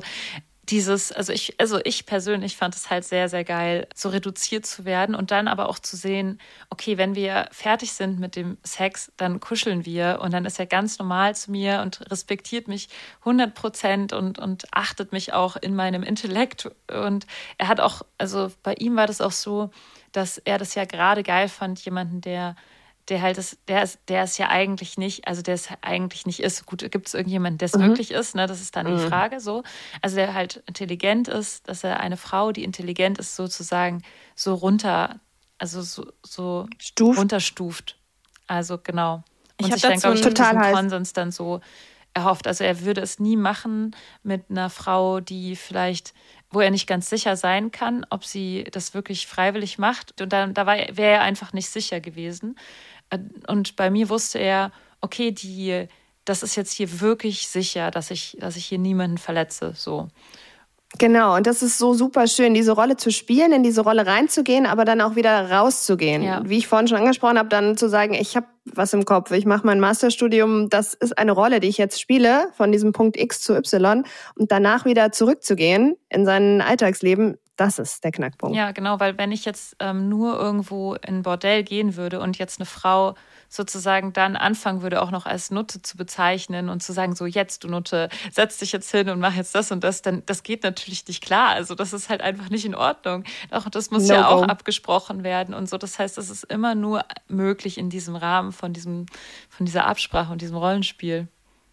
ich persönlich fand es halt sehr, sehr geil, so reduziert zu werden und dann aber auch zu sehen, okay, wenn wir fertig sind mit dem Sex, dann kuscheln wir und dann ist er ganz normal zu mir und respektiert mich 100% und achtet mich auch in meinem Intellekt. Und er hat auch, also bei ihm war das auch so, dass er das ja gerade geil fand, jemanden, der es ja eigentlich nicht, also der es eigentlich nicht ist. Gut, gibt es irgendjemanden, der es wirklich ist, ne? Das ist dann die Frage so. Also der halt intelligent ist, dass er eine Frau, die intelligent ist, sozusagen so runter, also so runterstuft. Also genau. Und sich dann, glaube ich, diesen Konsens dann so erhofft. Also er würde es nie machen mit einer Frau, die vielleicht, wo er nicht ganz sicher sein kann, ob sie das wirklich freiwillig macht. Und wäre er einfach nicht sicher gewesen. Und bei mir wusste er, okay, das ist jetzt hier wirklich sicher, dass ich hier niemanden verletze. So. Genau, und das ist so super schön, diese Rolle zu spielen, in diese Rolle reinzugehen, aber dann auch wieder rauszugehen. Ja. Wie ich vorhin schon angesprochen habe, dann zu sagen, ich habe was im Kopf, ich mache mein Masterstudium, das ist eine Rolle, die ich jetzt spiele, von diesem Punkt X zu Y und danach wieder zurückzugehen in sein Alltagsleben. Das ist der Knackpunkt. Ja, genau, weil wenn ich jetzt nur irgendwo in ein Bordell gehen würde und jetzt eine Frau sozusagen dann anfangen würde, auch noch als Nutte zu bezeichnen und zu sagen, so jetzt du Nutte, setz dich jetzt hin und mach jetzt das und das, dann das geht natürlich nicht klar. Also das ist halt einfach nicht in Ordnung. Auch das muss ja auch abgesprochen werden und so. Das heißt, es ist immer nur möglich in diesem Rahmen von dieser Absprache und diesem Rollenspiel.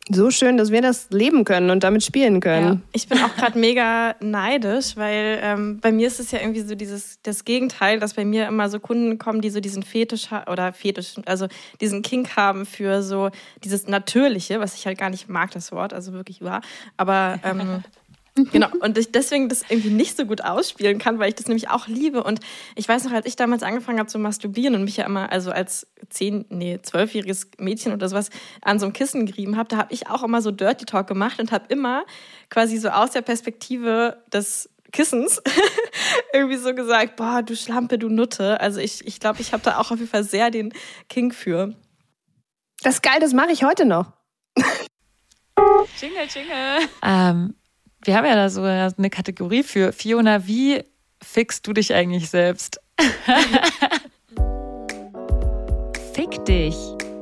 So schön, dass wir das leben können und damit spielen können. Ja, ich bin auch gerade mega neidisch, weil bei mir ist es ja irgendwie so das Gegenteil, dass bei mir immer so Kunden kommen, die so diesen Fetisch, also diesen Kink haben für so dieses Natürliche, was ich halt gar nicht mag, das Wort, also wirklich wahr. Aber genau, und ich deswegen das irgendwie nicht so gut ausspielen kann, weil ich das nämlich auch liebe. Und ich weiß noch, als ich damals angefangen habe zu masturbieren und mich ja immer, also als 12-jähriges Mädchen oder sowas an so einem Kissen gerieben habe, da habe ich auch immer so Dirty Talk gemacht und habe immer quasi so aus der Perspektive des Kissens irgendwie so gesagt, boah, du Schlampe, du Nutte. Also ich glaube, ich habe da auch auf jeden Fall sehr den Kink für. Das ist geil, das mache ich heute noch. Jingle, jingle. Wir haben ja da so eine Kategorie für Fiona. Wie fickst du dich eigentlich selbst? Fick dich.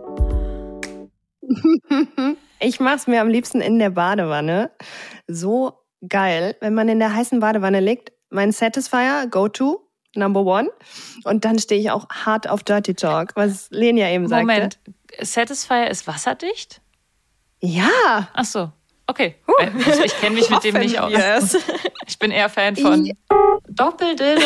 Ich mache es mir am liebsten in der Badewanne. So geil, wenn man in der heißen Badewanne liegt. Mein Satisfier, Go-To, Number One. Und dann stehe ich auch hart auf Dirty Talk, was Lenia eben sagte. Moment, Satisfier ist wasserdicht? Ja. Ach so. Okay, also ich kenne mich mit dem nicht aus. Ich bin eher Fan von Doppeldildo.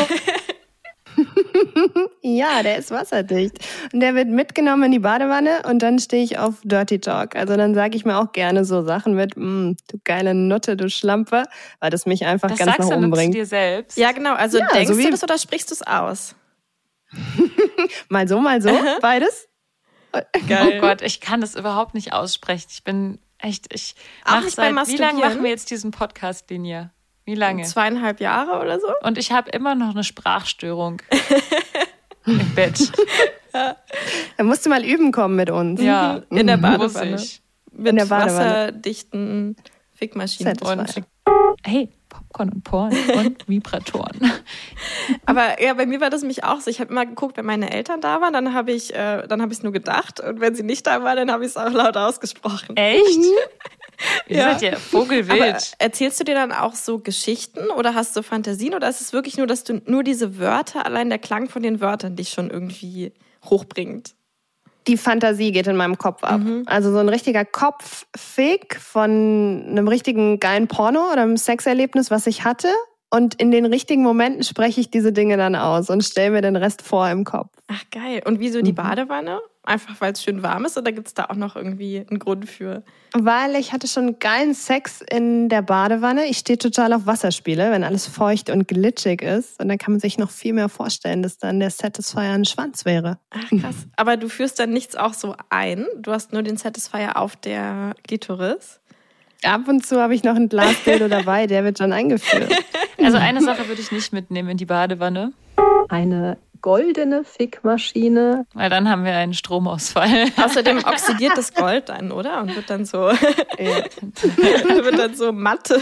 Ja, der ist wasserdicht. Und der wird mitgenommen in die Badewanne und dann stehe ich auf Dirty Talk. Also dann sage ich mir auch gerne so Sachen mit, du geile Nutte, du Schlampe, weil das mich einfach das ganz nach oben bringt. Das sagst du dir selbst? Ja, genau. Also ja, denkst so du das oder sprichst du es aus? Mal so, beides. Geil. Oh Gott, ich kann das überhaupt nicht aussprechen. Ich bin echt, wie lange machen wir jetzt diesen Podcast, Linie? Wie lange? 2,5 Jahre oder so. Und ich habe immer noch eine Sprachstörung im Bett. Da musst du mal üben kommen mit uns. Ja, in der Badewanne. Mit in der Badewanne. Wasserdichten Fickmaschinen. Und hey, Popcorn und Porn und Vibratoren. Aber ja, bei mir war das nämlich auch so. Ich habe immer geguckt, wenn meine Eltern da waren, dann habe ich es nur gedacht. Und wenn sie nicht da waren, dann habe ich es auch laut ausgesprochen. Echt? Ihr seid ja vogelwild. Aber erzählst du dir dann auch so Geschichten oder hast du Fantasien oder ist es wirklich nur, dass du nur diese Wörter, allein der Klang von den Wörtern dich schon irgendwie hochbringt? Die Fantasie geht in meinem Kopf ab. Also so ein richtiger Kopffick von einem richtigen geilen Porno oder einem Sexerlebnis, was ich hatte. Und in den richtigen Momenten spreche ich diese Dinge dann aus und stelle mir den Rest vor im Kopf. Ach geil. Und wieso die Badewanne? Einfach weil es schön warm ist oder gibt es da auch noch irgendwie einen Grund für? Weil ich hatte schon geilen Sex in der Badewanne. Ich stehe total auf Wasserspiele, wenn alles feucht und glitschig ist. Und dann kann man sich noch viel mehr vorstellen, dass dann der Satisfier ein Schwanz wäre. Ach krass. Aber du führst dann nichts auch so ein? Du hast nur den Satisfier auf der Klitoris? Ab und zu habe ich noch ein Glasdildo dabei, der wird dann eingeführt. Also eine Sache würde ich nicht mitnehmen in die Badewanne. Eine goldene Fickmaschine. Weil dann haben wir einen Stromausfall. Außerdem oxidiert das Gold dann, oder? Und wird dann so, wird dann so matt.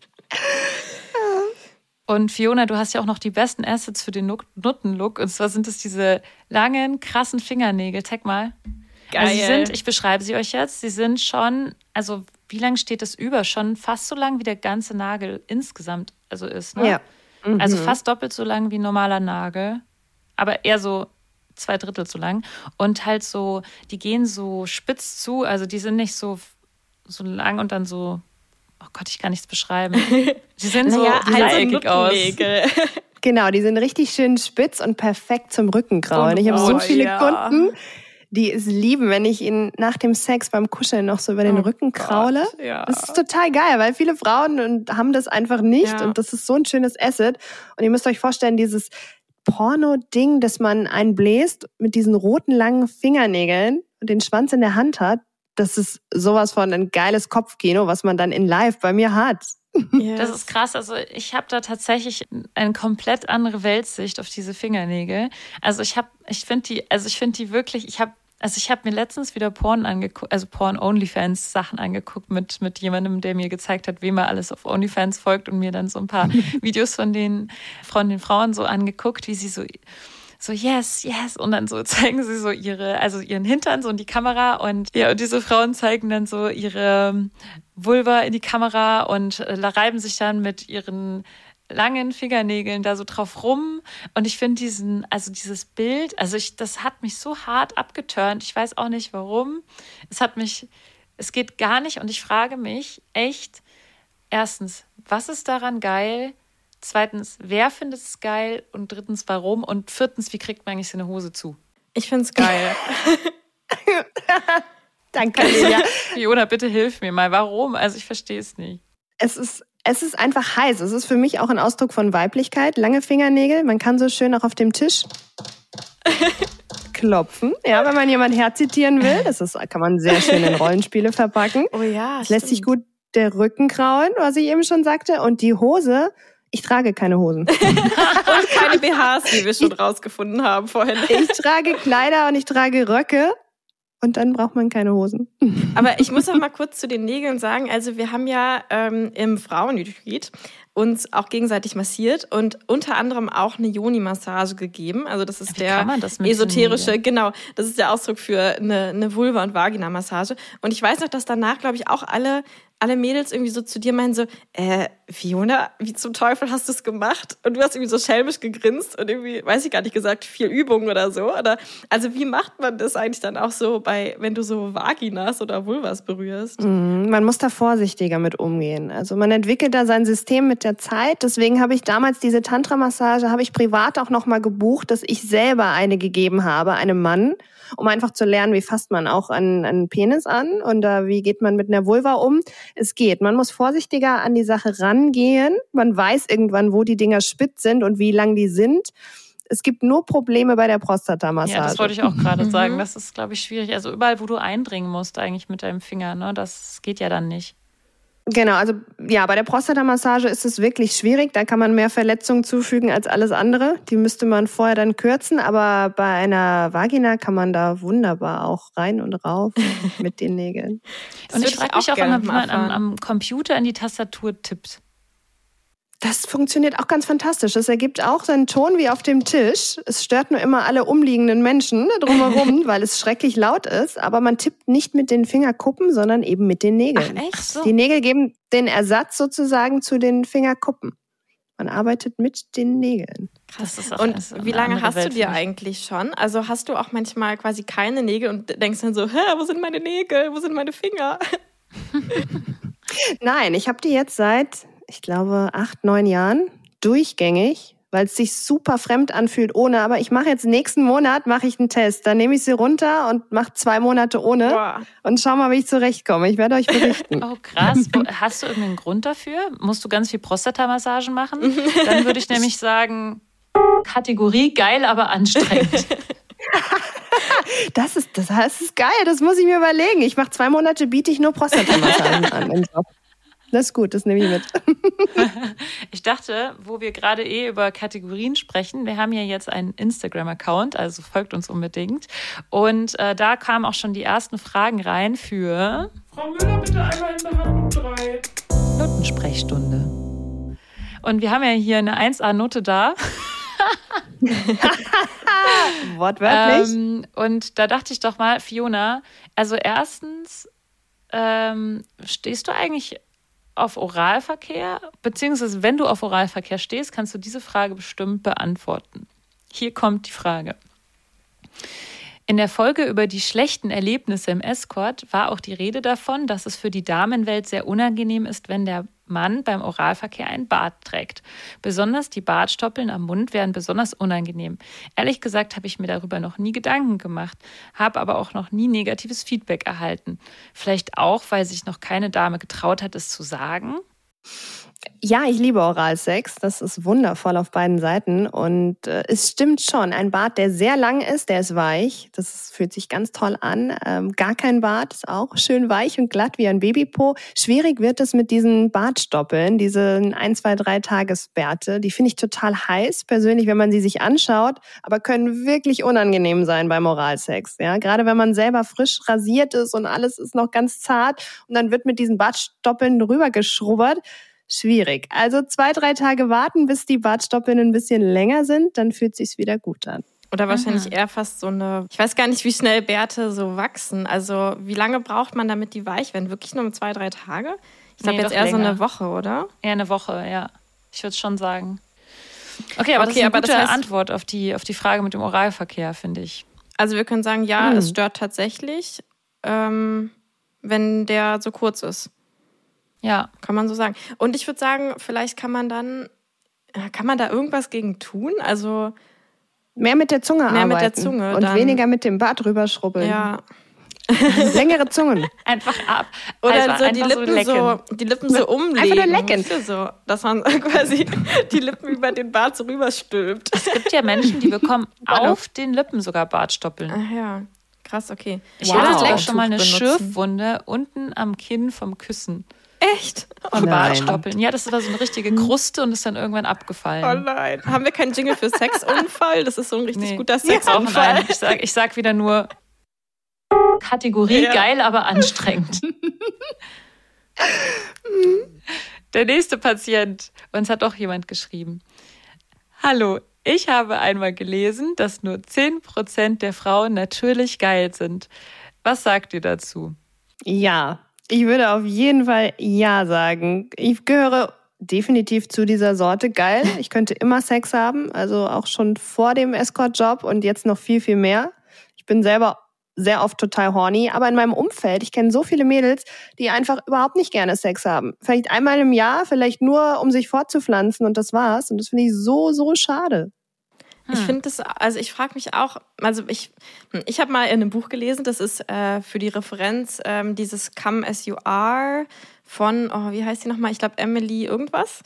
Und Fiona, du hast ja auch noch die besten Assets für den Nuttenlook. Und zwar sind es diese langen, krassen Fingernägel. Zeig mal. Geil. Also ich beschreibe sie euch jetzt, sie sind schon, also wie lang steht das über? Schon fast so lang, wie der ganze Nagel insgesamt ist, ne? Ja. Also fast doppelt so lang wie ein normaler Nagel, aber eher so 2/3 so lang. Und halt so, die gehen so spitz zu, also die sind nicht so lang und dann so, oh Gott, ich kann nichts beschreiben. Die sind so dreieckig aus. Genau, die sind richtig schön spitz und perfekt zum Rückenkraulen. Ich habe so viele Kunden, die es lieben, wenn ich ihnen nach dem Sex beim Kuscheln noch so über den Rücken kraule. Ja. Das ist total geil, weil viele Frauen haben das einfach nicht und das ist so ein schönes Asset. Und ihr müsst euch vorstellen, dieses Porno-Ding, das man einbläst mit diesen roten langen Fingernägeln und den Schwanz in der Hand hat, das ist sowas von ein geiles Kopfkino, was man dann in live bei mir hat. Yes. Das ist krass. Also ich habe da tatsächlich eine komplett andere Weltsicht auf diese Fingernägel. Also ich finde die wirklich, ich habe mir letztens wieder Porn angeguckt, also Porn-Onlyfans-Sachen angeguckt mit jemandem, der mir gezeigt hat, wem er alles auf Onlyfans folgt und mir dann so ein paar Videos von den Frauen so angeguckt, wie sie so yes, yes. Und dann so zeigen sie so ihren Hintern so in die Kamera und diese Frauen zeigen dann so ihre Vulva in die Kamera und reiben sich dann mit ihren langen Fingernägeln da so drauf rum. Und ich finde dieses Bild, das hat mich so hart abgeturnt. Ich weiß auch nicht warum. Es hat mich Es geht gar nicht und ich frage mich echt, erstens, was ist daran geil? Zweitens, wer findet es geil? Und drittens, warum? Und viertens, wie kriegt man eigentlich so eine Hose zu? Ich finde es geil. Danke, Lydia. Fiona, bitte hilf mir mal. Warum? Also ich verstehe es nicht. Es ist einfach heiß. Es ist für mich auch ein Ausdruck von Weiblichkeit. Lange Fingernägel. Man kann so schön auch auf dem Tisch klopfen. Ja, wenn man jemand herzitieren will. Kann man sehr schön in Rollenspiele verpacken. Oh ja, es lässt sich gut der Rücken kraulen, was ich eben schon sagte. Und die Hose, ich trage keine Hosen. Und keine BHs, wie wir schon rausgefunden haben vorhin. Ich trage Kleider und ich trage Röcke. Und dann braucht man keine Hosen. Aber ich muss auch mal kurz zu den Nägeln sagen, also wir haben ja im Frauenretreat uns auch gegenseitig massiert und unter anderem auch eine Yoni-Massage gegeben. Also das ist der esoterische, genau, das ist der Ausdruck für eine Vulva- und Vagina-Massage. Und ich weiß noch, dass danach, glaube ich, auch alle Mädels irgendwie so zu dir meinen so, Fiona, wie zum Teufel hast du es gemacht? Und du hast irgendwie so schelmisch gegrinst und irgendwie, weiß ich gar nicht, gesagt, viel Übung oder so. Also wie macht man das eigentlich dann auch so wenn du so Vaginas oder Vulvas berührst? Man muss da vorsichtiger mit umgehen. Also man entwickelt da sein System mit der Zeit. Deswegen habe ich damals diese Tantra-Massage, privat auch nochmal gebucht, dass ich selber eine gegeben habe, einem Mann, um einfach zu lernen, wie fasst man auch einen Penis an und wie geht man mit einer Vulva um. Es geht. Man muss vorsichtiger an die Sache rangehen. Man weiß irgendwann, wo die Dinger spitz sind und wie lang die sind. Es gibt nur Probleme bei der Prostatamassage. Ja, das wollte ich auch gerade sagen. Das ist, glaube ich, schwierig. Also überall, wo du eindringen musst eigentlich mit deinem Finger, ne, das geht ja dann nicht. Genau, also ja, bei der Prostatamassage ist es wirklich schwierig. Da kann man mehr Verletzungen zufügen als alles andere. Die müsste man vorher dann kürzen. Aber bei einer Vagina kann man da wunderbar auch rein und rauf mit den Nägeln. Und ich frage mich auch immer, wie man am Computer in die Tastatur tippt. Das funktioniert auch ganz fantastisch. Das ergibt auch seinen Ton wie auf dem Tisch. Es stört nur immer alle umliegenden Menschen drumherum, weil es schrecklich laut ist. Aber man tippt nicht mit den Fingerkuppen, sondern eben mit den Nägeln. Ach, echt? So. Die Nägel geben den Ersatz sozusagen zu den Fingerkuppen. Man arbeitet mit den Nägeln. Krass, das ist auch und wie lange hast du dir eigentlich schon? Also hast du auch manchmal quasi keine Nägel und denkst dann so, wo sind meine Nägel? Wo sind meine Finger? Nein, ich habe die jetzt seit, ich glaube, 8, 9 Jahren durchgängig, weil es sich super fremd anfühlt ohne. Aber ich mache jetzt nächsten Monat einen Test. Dann nehme ich sie runter und mache 2 Monate ohne. Boah. Und schau mal, wie ich zurechtkomme. Ich werde euch berichten. Oh, krass. Hast du irgendeinen Grund dafür? Musst du ganz viel Prostatamassagen machen? Dann würde ich nämlich sagen, Kategorie geil, aber anstrengend. Das ist geil. Das muss ich mir überlegen. Ich mache 2 Monate, biete ich nur Prostatamassagen an. Das ist gut, das nehme ich mit. Ich dachte, wo wir gerade über Kategorien sprechen, wir haben ja jetzt einen Instagram-Account, also folgt uns unbedingt. Und da kamen auch schon die ersten Fragen rein für Frau Müller, bitte einmal in Behandlung 3. Notensprechstunde. Und wir haben ja hier eine 1A-Note da. Wortwörtlich. Und da dachte ich doch mal, Fiona, also erstens, stehst du eigentlich auf Oralverkehr? Beziehungsweise, wenn du auf Oralverkehr stehst, kannst du diese Frage bestimmt beantworten. Hier kommt die Frage. In der Folge über die schlechten Erlebnisse im Escort war auch die Rede davon, dass es für die Damenwelt sehr unangenehm ist, wenn der Mann beim Oralverkehr einen Bart trägt. Besonders die Bartstoppeln am Mund wären besonders unangenehm. Ehrlich gesagt habe ich mir darüber noch nie Gedanken gemacht, habe aber auch noch nie negatives Feedback erhalten. Vielleicht auch, weil sich noch keine Dame getraut hat, es zu sagen? Ja, ich liebe Oralsex. Das ist wundervoll auf beiden Seiten. Und es stimmt schon, ein Bart, der sehr lang ist, der ist weich. Das fühlt sich ganz toll an. Gar kein Bart ist auch schön weich und glatt wie ein Babypo. Schwierig wird es mit diesen Bartstoppeln, diesen 1, 2, 3 Tagesbärte. Die finde ich total heiß, persönlich, wenn man sie sich anschaut, aber können wirklich unangenehm sein beim Oralsex. Ja, gerade wenn man selber frisch rasiert ist und alles ist noch ganz zart und dann wird mit diesen Bartstoppeln rübergeschrubbert. Schwierig. Also 2, 3 Tage warten, bis die Bartstoppeln ein bisschen länger sind, dann fühlt sich's wieder gut an. Oder wahrscheinlich eher fast so eine, ich weiß gar nicht, wie schnell Bärte so wachsen. Also wie lange braucht man, damit die weich werden? Wirklich nur 2, 3 Tage? Ich glaube jetzt eher länger. So eine Woche, oder? Eher eine Woche, ja. Ich würde schon sagen. Okay, aber das ist eine gute Antwort auf die Frage mit dem Oralverkehr, finde ich. Also wir können sagen, ja, es stört tatsächlich. wenn der so kurz ist. Ja. Kann man so sagen. Und ich würde sagen, vielleicht kann man da irgendwas gegen tun? Also mehr mit der Zunge mehr arbeiten. mit der Zunge. Und dann, weniger mit dem Bart drüber schrubbeln. Ja. Längere Zungen. Einfach ab. Oder also so die Lippen so umlegen. Einfach nur lecken. So, dass man quasi die Lippen über den Bart so rüberstülpt. Es gibt ja Menschen, die bekommen auf den Lippen sogar Bartstoppeln. Ach ja, krass, okay. Ich hatte sogar Lecktuch schon mal eine benutzen. Schürfwunde unten am Kinn vom Küssen. Echt? Von Nein. Bartstoppeln. Ja, das war so eine richtige Kruste und ist dann irgendwann abgefallen. Oh nein. Haben wir keinen Jingle für Sexunfall? Das ist so ein richtig guter auch in Sexunfall. einem. Ich sag wieder nur Kategorie geil, aber anstrengend. Der nächste Patient. Uns hat doch jemand geschrieben. Hallo, ich habe einmal gelesen, dass nur 10% der Frauen natürlich geil sind. Was sagt ihr dazu? Ja, ich würde auf jeden Fall ja sagen. Ich gehöre definitiv zu dieser Sorte geil. Ich könnte immer Sex haben, also auch schon vor dem Escort-Job und jetzt noch viel, viel mehr. Ich bin selber sehr oft total horny, aber in meinem Umfeld, ich kenne so viele Mädels, die einfach überhaupt nicht gerne Sex haben. Vielleicht einmal im Jahr, vielleicht nur, um sich fortzupflanzen und das war's. Und das finde ich so, so schade. Ich finde das, also ich frage mich auch, also ich habe mal in einem Buch gelesen, das ist für die Referenz dieses Come As You Are von, wie heißt die nochmal? Ich glaube Emily irgendwas.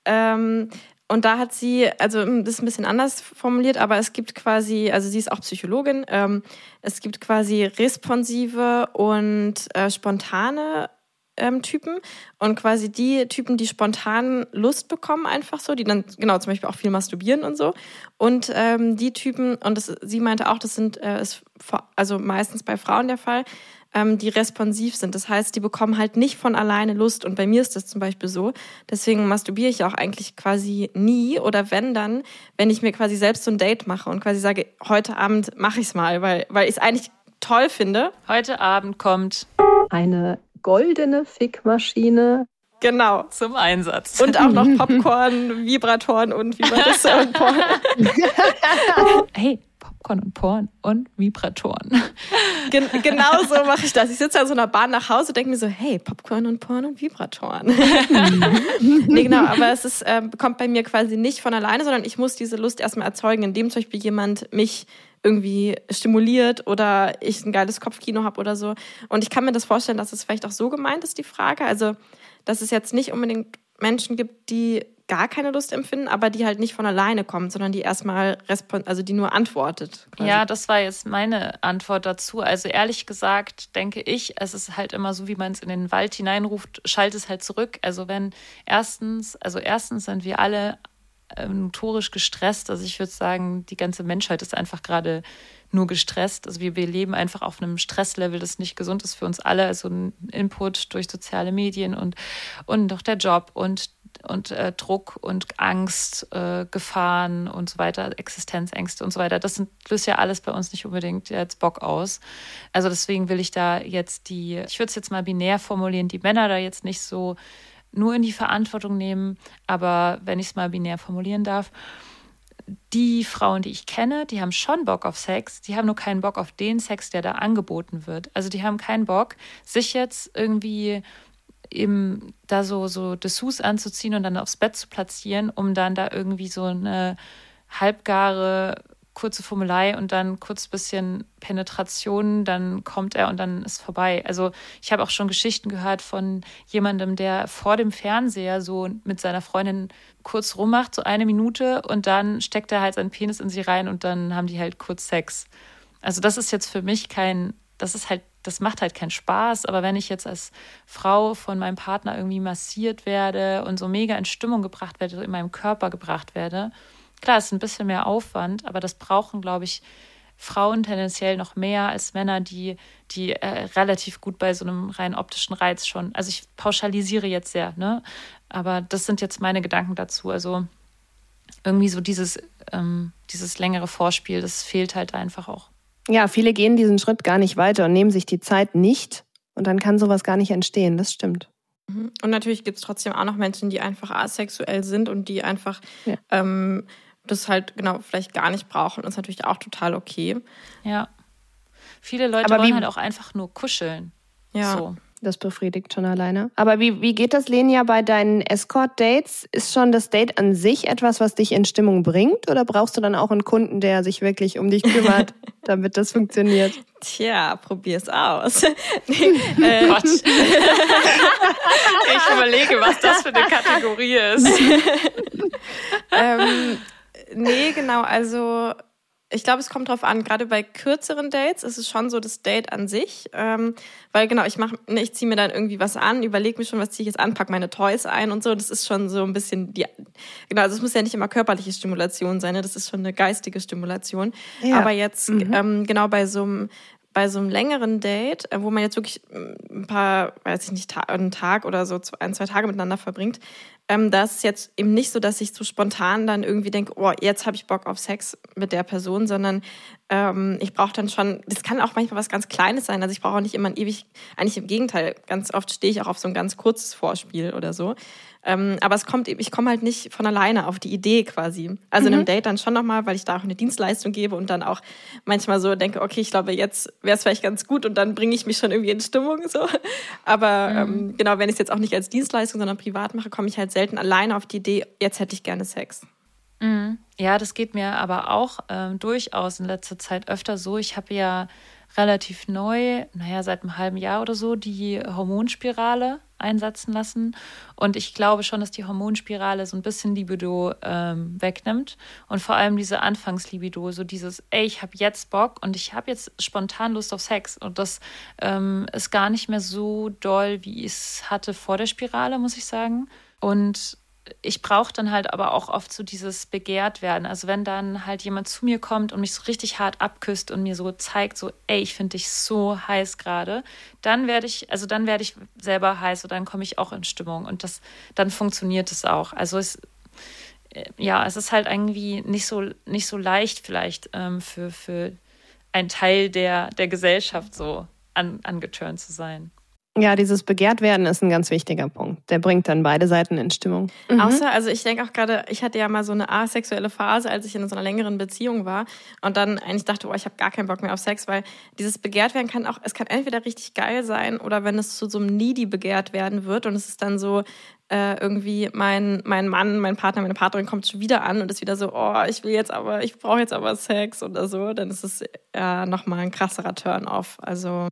Und da hat sie, also das ist ein bisschen anders formuliert, aber es gibt quasi, also sie ist auch Psychologin, es gibt quasi responsive und spontane Typen und quasi die Typen, die spontan Lust bekommen einfach so, die dann genau zum Beispiel auch viel masturbieren und so und die Typen, und sie meinte auch, das ist also meistens bei Frauen der Fall, die responsiv sind. Das heißt, die bekommen halt nicht von alleine Lust. Und bei mir ist das zum Beispiel so. Deswegen masturbiere ich auch eigentlich quasi nie. Oder wenn ich mir quasi selbst so ein Date mache und quasi sage, heute Abend mache ich es mal, weil ich es eigentlich toll finde. Heute Abend kommt Eine goldene Fickmaschine. Genau. zum Einsatz. Und auch noch Popcorn, Vibratoren und wie war das? Und Porn. Hey, Popcorn und Porn und Vibratoren. Genau so mache ich das. Ich sitze an so einer Bahn nach Hause und denke mir so, hey, Popcorn und Porn und Vibratoren. Nee, genau, aber es kommt bei mir quasi nicht von alleine, sondern ich muss diese Lust erstmal erzeugen, indem zum Beispiel jemand mich irgendwie stimuliert oder ich ein geiles Kopfkino habe oder so. Und ich kann mir das vorstellen, dass es vielleicht auch so gemeint ist, die Frage. Also, dass es jetzt nicht unbedingt Menschen gibt, die gar keine Lust empfinden, aber die halt nicht von alleine kommt, sondern die erstmal die nur antwortet. Quasi. Ja, das war jetzt meine Antwort dazu. Also ehrlich gesagt denke ich, es ist halt immer so, wie man es in den Wald hineinruft, schallt es halt zurück. Also erstens sind wir alle notorisch gestresst. Also ich würde sagen, die ganze Menschheit ist einfach gerade nur gestresst. Also wir leben einfach auf einem Stresslevel, das nicht gesund ist für uns alle. Also ein Input durch soziale Medien und auch der Job und Druck und Angst, Gefahren und so weiter, Existenzängste und so weiter. Das löst ja alles bei uns nicht unbedingt jetzt Bock aus. Also deswegen will ich da jetzt ich würde es jetzt mal binär formulieren, die Männer da jetzt nicht so nur in die Verantwortung nehmen, aber wenn ich es mal binär formulieren darf, die Frauen, die ich kenne, die haben schon Bock auf Sex, die haben nur keinen Bock auf den Sex, der da angeboten wird. Also die haben keinen Bock, sich jetzt irgendwie eben da so Dessous anzuziehen und dann aufs Bett zu platzieren, um dann da irgendwie so eine halbgare kurze Fummelei und dann kurz bisschen Penetration, dann kommt er und dann ist vorbei. Also ich habe auch schon Geschichten gehört von jemandem, der vor dem Fernseher so mit seiner Freundin kurz rummacht, so 1 Minute und dann steckt er halt seinen Penis in sie rein und dann haben die halt kurz Sex. Also das ist jetzt für mich das macht halt keinen Spaß, aber wenn ich jetzt als Frau von meinem Partner irgendwie massiert werde und so mega in Stimmung gebracht werde, so in meinem Körper gebracht werde, klar, es ist ein bisschen mehr Aufwand, aber das brauchen, glaube ich, Frauen tendenziell noch mehr als Männer, die relativ gut bei so einem rein optischen Reiz schon, also ich pauschalisiere jetzt sehr, ne? Aber das sind jetzt meine Gedanken dazu. Also irgendwie so dieses längere Vorspiel, das fehlt halt einfach auch. Ja, viele gehen diesen Schritt gar nicht weiter und nehmen sich die Zeit nicht und dann kann sowas gar nicht entstehen, das stimmt. Und natürlich gibt es trotzdem auch noch Menschen, die einfach asexuell sind und die einfach das halt genau vielleicht gar nicht brauchen. Das ist natürlich auch total okay. Ja. Viele Leute wollen halt auch einfach nur kuscheln. Ja. So. Das befriedigt schon alleine. Aber wie geht das, Lenia, bei deinen Escort-Dates? Ist schon das Date an sich etwas, was dich in Stimmung bringt? Oder brauchst du dann auch einen Kunden, der sich wirklich um dich kümmert, damit das funktioniert? Tja, probier's aus. Gott. Ich überlege, was das für eine Kategorie ist. Nee, genau, also ich glaube, es kommt drauf an, gerade bei kürzeren Dates ist es schon so das Date an sich, weil genau, ich ziehe mir dann irgendwie was an, überlege mir schon, was ziehe ich jetzt an, packe meine Toys ein und so, das ist schon so ein bisschen genau, also es muss ja nicht immer körperliche Stimulation sein, ne? Das ist schon eine geistige Stimulation, ja. Aber jetzt genau bei so einem längeren Date, wo man jetzt wirklich ein paar, weiß ich nicht, einen Tag oder so 1-2 Tage miteinander verbringt, da ist es jetzt eben nicht so, dass ich so spontan dann irgendwie denke, oh, jetzt habe ich Bock auf Sex mit der Person, sondern ich brauche dann schon, das kann auch manchmal was ganz Kleines sein, also ich brauche auch nicht immer eigentlich im Gegenteil, ganz oft stehe ich auch auf so ein ganz kurzes Vorspiel oder so. Aber ich komme halt nicht von alleine auf die Idee quasi. Also in einem Date dann schon nochmal, weil ich da auch eine Dienstleistung gebe und dann auch manchmal so denke, okay, ich glaube, jetzt wäre es vielleicht ganz gut und dann bringe ich mich schon irgendwie in Stimmung so. Aber genau, wenn ich es jetzt auch nicht als Dienstleistung, sondern privat mache, komme ich halt selten alleine auf die Idee, jetzt hätte ich gerne Sex. Ja, das geht mir aber auch durchaus in letzter Zeit öfter so. Ich habe ja relativ neu, seit einem halben Jahr oder so, die Hormonspirale einsetzen lassen. Und ich glaube schon, dass die Hormonspirale so ein bisschen Libido wegnimmt. Und vor allem diese Anfangslibido, so dieses, ich habe jetzt Bock und ich habe jetzt spontan Lust auf Sex. Und das ist gar nicht mehr so doll, wie ich es hatte vor der Spirale, muss ich sagen. Und ich brauche dann halt aber auch oft so dieses begehrt werden. Also wenn dann halt jemand zu mir kommt und mich so richtig hart abküsst und mir so zeigt, so, ich finde dich so heiß gerade, dann werde ich selber heiß und dann komme ich auch in Stimmung und dann funktioniert es auch. Also es ist halt irgendwie nicht so leicht vielleicht für einen Teil der Gesellschaft so angeturnt zu sein. Ja, dieses Begehrtwerden ist ein ganz wichtiger Punkt. Der bringt dann beide Seiten in Stimmung. Außer, also ich denke auch gerade, ich hatte ja mal so eine asexuelle Phase, als ich in so einer längeren Beziehung war und dann eigentlich dachte, ich habe gar keinen Bock mehr auf Sex, weil dieses Begehrtwerden kann entweder richtig geil sein oder wenn es zu so einem needy begehrt werden wird und es ist dann so, irgendwie mein Mann, mein Partner, meine Partnerin kommt schon wieder an und ist wieder so, ich brauche jetzt aber Sex oder so, dann ist es nochmal ein krasserer Turn-off, also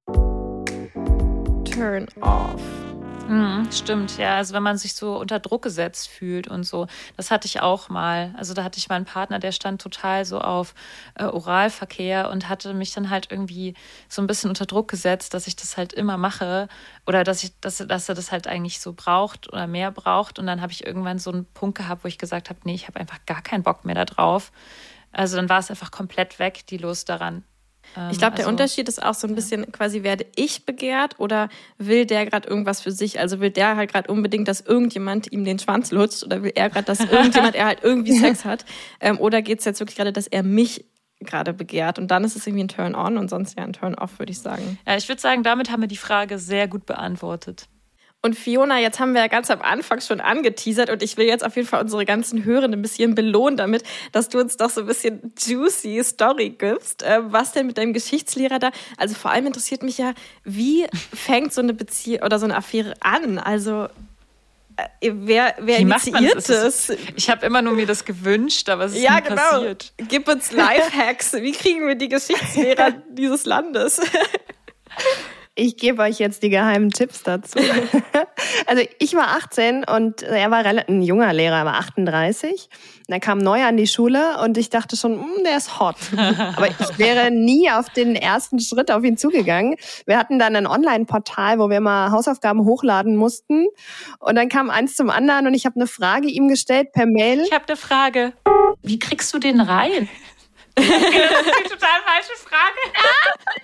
Turn-off. Stimmt, ja. Also wenn man sich so unter Druck gesetzt fühlt und so, das hatte ich auch mal. Also da hatte ich mal einen Partner, der stand total so auf Oralverkehr und hatte mich dann halt irgendwie so ein bisschen unter Druck gesetzt, dass ich das halt immer mache oder dass er das halt eigentlich so braucht oder mehr braucht. Und dann habe ich irgendwann so einen Punkt gehabt, wo ich gesagt habe, nee, ich habe einfach gar keinen Bock mehr da drauf. Also dann war es einfach komplett weg, die Lust daran. Ich glaube, der Unterschied ist auch so ein bisschen quasi, werde ich begehrt oder will der gerade irgendwas für sich? Also will der halt gerade unbedingt, dass irgendjemand ihm den Schwanz lutscht oder will er gerade, dass er halt irgendwie Sex hat? Oder geht es jetzt wirklich gerade, dass er mich gerade begehrt? Und dann ist es irgendwie ein Turn-on und sonst ja ein Turn-off, würde ich sagen. Ja, ich würde sagen, damit haben wir die Frage sehr gut beantwortet. Und Fiona, jetzt haben wir ja ganz am Anfang schon angeteasert und ich will jetzt auf jeden Fall unsere ganzen Hörenden ein bisschen belohnen damit, dass du uns doch so ein bisschen juicy Story gibst. Was denn mit deinem Geschichtslehrer da? Also vor allem interessiert mich ja, wie fängt so eine Beziehung oder so eine Affäre an? Also wer initiiert das? Ich habe immer nur mir das gewünscht, aber es ist nie passiert. Gib uns Lifehacks. Wie kriegen wir die Geschichtslehrer dieses Landes? Ich gebe euch jetzt die geheimen Tipps dazu. Also ich war 18 und er war ein junger Lehrer, er war 38. Er kam neu an die Schule und ich dachte schon, der ist hot. Aber ich wäre nie auf den ersten Schritt auf ihn zugegangen. Wir hatten dann ein Online-Portal, wo wir mal Hausaufgaben hochladen mussten. Und dann kam eins zum anderen und ich habe eine Frage ihm gestellt per Mail. Ich habe eine Frage. Wie kriegst du den rein? Das ist die total falsche Frage.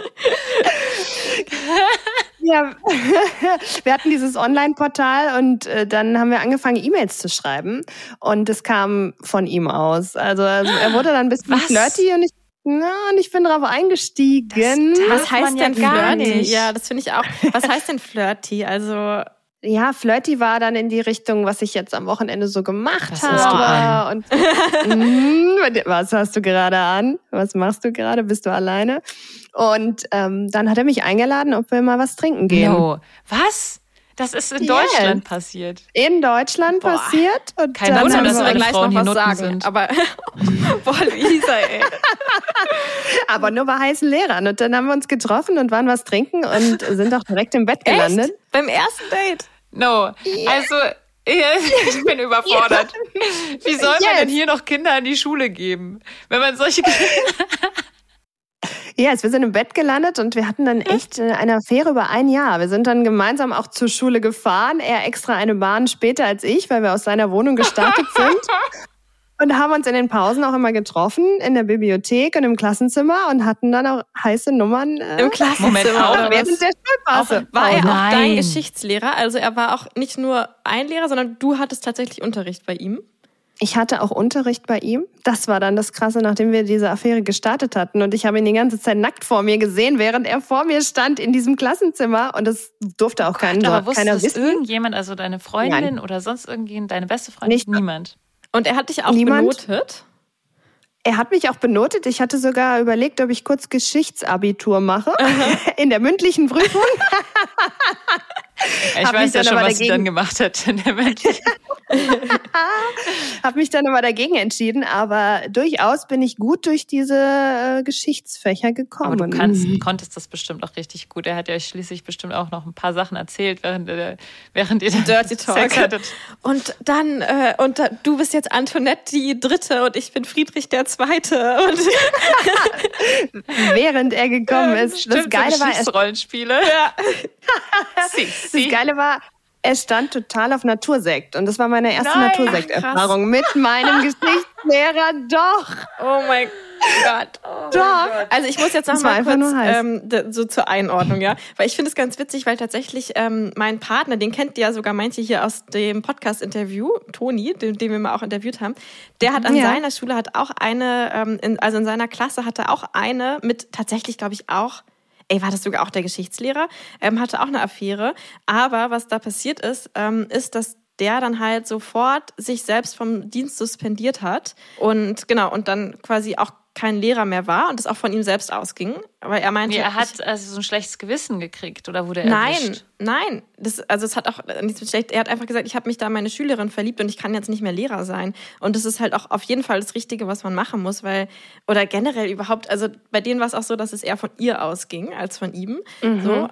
Ja, wir hatten dieses Online-Portal und dann haben wir angefangen, E-Mails zu schreiben und es kam von ihm aus. Also er wurde dann ein bisschen flirty und ich bin darauf eingestiegen. Was heißt denn flirty? Ja, das finde ich auch. Was heißt denn flirty? Also ja, flirty war dann in die Richtung, was ich jetzt am Wochenende so gemacht Was hast du habe. Und was hast du gerade an? Was machst du gerade? Bist du alleine? Und dann hat er mich eingeladen, ob wir mal was trinken gehen. No. Was? Das ist in Deutschland passiert. In Deutschland passiert. Und Kein dann Wunder, haben dass wir alle gleich Frauen noch hier was Nutten sagen. sind. Aber boah, Luisa, ey. aber nur bei heißen Lehrern. Und dann haben wir uns getroffen und waren was trinken und sind auch direkt im Bett gelandet. Echt? Beim ersten Date? No. Also, ich bin überfordert. Wie soll man denn hier noch Kinder in die Schule geben? Wenn man solche Yes, wir sind im Bett gelandet und wir hatten dann echt eine Affäre über ein Jahr. Wir sind dann gemeinsam auch zur Schule gefahren. Er extra eine Bahn später als ich, weil wir aus seiner Wohnung gestartet sind. Und haben uns in den Pausen auch immer getroffen, in der Bibliothek und im Klassenzimmer und hatten dann auch heiße Nummern Im Klassenzimmer Moment, oder während was? der Schulpause. War er auch nein. dein Geschichtslehrer? Also er war auch nicht nur ein Lehrer, sondern du hattest tatsächlich Unterricht bei ihm? Ich hatte auch Unterricht bei ihm. Das war dann das Krasse, nachdem wir diese Affäre gestartet hatten. Und ich habe ihn die ganze Zeit nackt vor mir gesehen, während er vor mir stand in diesem Klassenzimmer. Und das durfte auch aber wusste keiner das wissen. irgendjemand, also deine Freundin oder sonst irgendjemand, deine beste Freundin? Nicht. Niemand. Und er hat dich auch Niemand? benotet? Er hat mich auch benotet. Ich hatte sogar überlegt, ob ich kurz Geschichtsabitur mache in der mündlichen Prüfung. Ich weiß ja schon, was sie dann gemacht hat in der mündlichen. Habe mich dann aber dagegen entschieden, aber durchaus bin ich gut durch diese Geschichtsfächer gekommen. Aber du konntest das bestimmt auch richtig gut. Er hat ja schließlich bestimmt auch noch ein paar Sachen erzählt, während ihr Dirty Talk. Sex hattet. Und dann, du bist jetzt Antoinette die Dritte und ich bin Friedrich der Zweite. Und während er gekommen ist. Stimmt, Das Geile war, Geschichtsrollenspiele. ja. das Geile war, er stand total auf Natursekt. Und das war meine erste Nein, Natursekterfahrung mit meinem Geschichtslehrer. Doch. Oh mein Gott. Doch. Also ich muss jetzt noch Das war mal einfach kurz nur heiß. so zur Einordnung, ja. Weil ich finde es ganz witzig, weil tatsächlich mein Partner, den kennt ja sogar manche hier aus dem Podcast-Interview, Toni, den wir mal auch interviewt haben, der hat an seiner Schule hat auch eine, in seiner Klasse hatte auch eine mit tatsächlich, glaube ich, auch war das sogar auch der Geschichtslehrer, hatte auch eine Affäre. Aber was da passiert ist, ist, dass der dann halt sofort sich selbst vom Dienst suspendiert hat und dann quasi auch kein Lehrer mehr war und es auch von ihm selbst ausging, weil er meinte, er hat also so ein schlechtes Gewissen gekriegt oder wurde er erwischt? Nein, es hat auch nichts mit schlecht. Er hat einfach gesagt, ich habe mich da in meine Schülerin verliebt und ich kann jetzt nicht mehr Lehrer sein. Und das ist halt auch auf jeden Fall das Richtige, was man machen muss, oder generell überhaupt, also bei denen war es auch so, dass es eher von ihr ausging als von ihm. So,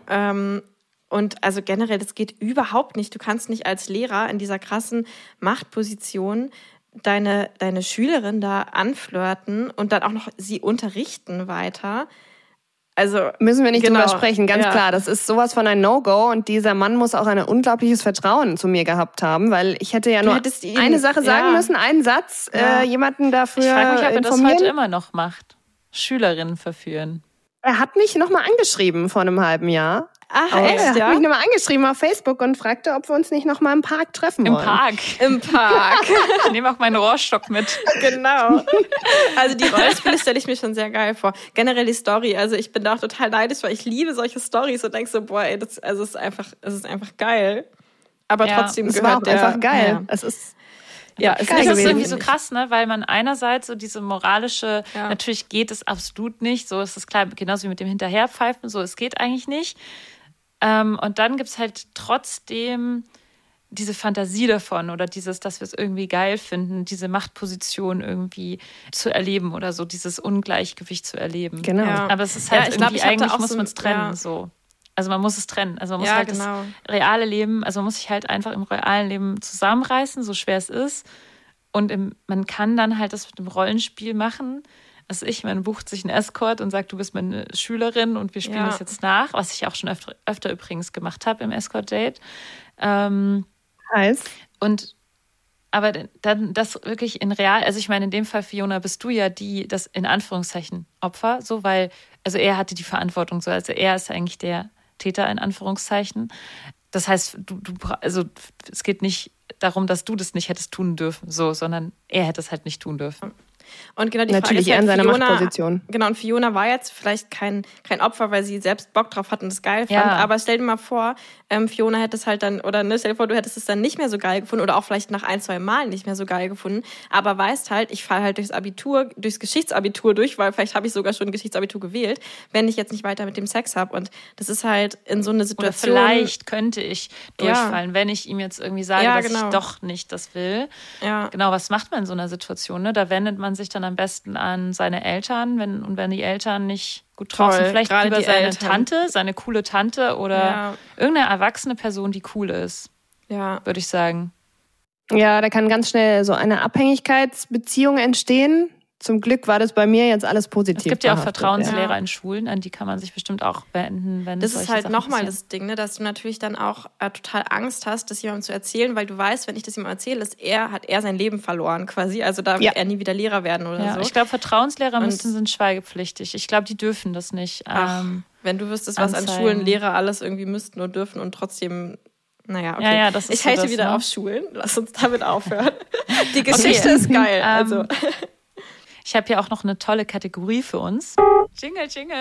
und also generell, das geht überhaupt nicht. Du kannst nicht als Lehrer in dieser krassen Machtposition deine Schülerin da anflirten und dann auch noch sie unterrichten weiter. Also müssen wir nicht drüber sprechen, ganz klar. Das ist sowas von ein No-Go und dieser Mann muss auch ein unglaubliches Vertrauen zu mir gehabt haben, weil ich hätte ja nur eine Sache sagen müssen, einen Satz, jemanden dafür informieren. Ich frage mich, ob er das heute immer noch macht. Schülerinnen verführen. Er hat mich nochmal angeschrieben vor einem halben Jahr. Ach, echt? Er hat mich nochmal angeschrieben auf Facebook und fragte, ob wir uns nicht nochmal im Park treffen wollen. Im Park. Ich nehme auch meinen Rohrstock mit. Genau. Also die Rollenspiele stelle ich mir schon sehr geil vor. Generell die Story, also ich bin da auch total neidisch, weil ich liebe solche Storys und denke so, boah, ey, es ist einfach geil. Aber trotzdem es gehört war auch einfach geil. Ja. Es ist es ist irgendwie so krass, ne, weil man einerseits so diese moralische, natürlich geht es absolut nicht, so ist es klar, genauso wie mit dem Hinterherpfeifen, so es geht eigentlich nicht. Und dann gibt es halt trotzdem diese Fantasie davon oder dieses, dass wir es irgendwie geil finden, diese Machtposition irgendwie zu erleben oder so, dieses Ungleichgewicht zu erleben. Genau. Ja. Aber es ist halt irgendwie, eigentlich muss so man es trennen, so. Also man muss es trennen. Also man muss halt das reale Leben, also man muss sich halt einfach im realen Leben zusammenreißen, so schwer es ist. Und man kann dann halt das mit dem Rollenspiel machen. Also man bucht sich einen Escort und sagt, du bist meine Schülerin und wir spielen das jetzt nach, was ich auch schon öfter übrigens gemacht habe im Escort-Date. Aber dann das wirklich in real, also ich meine, in dem Fall, Fiona, bist du ja das in Anführungszeichen Opfer, so, weil, also er hatte die Verantwortung, so, also er ist eigentlich der Täter in Anführungszeichen. Das heißt, also es geht nicht darum, dass du das nicht hättest tun dürfen, so, sondern er hätte es halt nicht tun dürfen. Und genau die Natürlich Frage ist eher halt, in seiner Machtposition. Genau, und Fiona war jetzt vielleicht kein Opfer, weil sie selbst Bock drauf hat und es geil fand. Aber stell dir mal vor, Fiona hätte es halt dann, oder ne, stell dir vor, du hättest es dann nicht mehr so geil gefunden oder auch vielleicht nach 1-2 Mal nicht mehr so geil gefunden. Aber weißt halt, ich falle halt durchs Geschichtsabitur durch, weil vielleicht habe ich sogar schon ein Geschichtsabitur gewählt, wenn ich jetzt nicht weiter mit dem Sex habe. Und das ist halt in so eine Situation. Oder vielleicht könnte ich durchfallen, wenn ich ihm jetzt irgendwie sage, dass ich doch nicht das will. Ja. Genau, was macht man in so einer Situation? Ne? Da wendet man sich dann am besten an seine Eltern, wenn die Eltern nicht gut drauf sind. Vielleicht lieber seine Tante, seine coole Tante oder irgendeine erwachsene Person, die cool ist. Ja. Würde ich sagen. Ja, da kann ganz schnell so eine Abhängigkeitsbeziehung entstehen. Zum Glück war das bei mir jetzt alles positiv. Es gibt ja auch Vertrauenslehrer in Schulen, an die kann man sich bestimmt auch wenden, wenn das ist halt nochmal das Ding, ne, dass du natürlich dann auch total Angst hast, das jemandem zu erzählen, weil du weißt, wenn ich das jemandem erzähle, hat er sein Leben verloren quasi. Also darf er nie wieder Lehrer werden oder so. Ich glaube, Vertrauenslehrer sind schweigepflichtig. Ich glaube, die dürfen das nicht. Wenn du wüsstest, was an Schulen Lehrer alles irgendwie müssten und dürfen und trotzdem... Naja, okay. Ja, das ist ich hate wieder auf Schulen. Lass uns damit aufhören. Die Geschichte ist geil. Also... Ich habe hier auch noch eine tolle Kategorie für uns. Jingle, Jingle.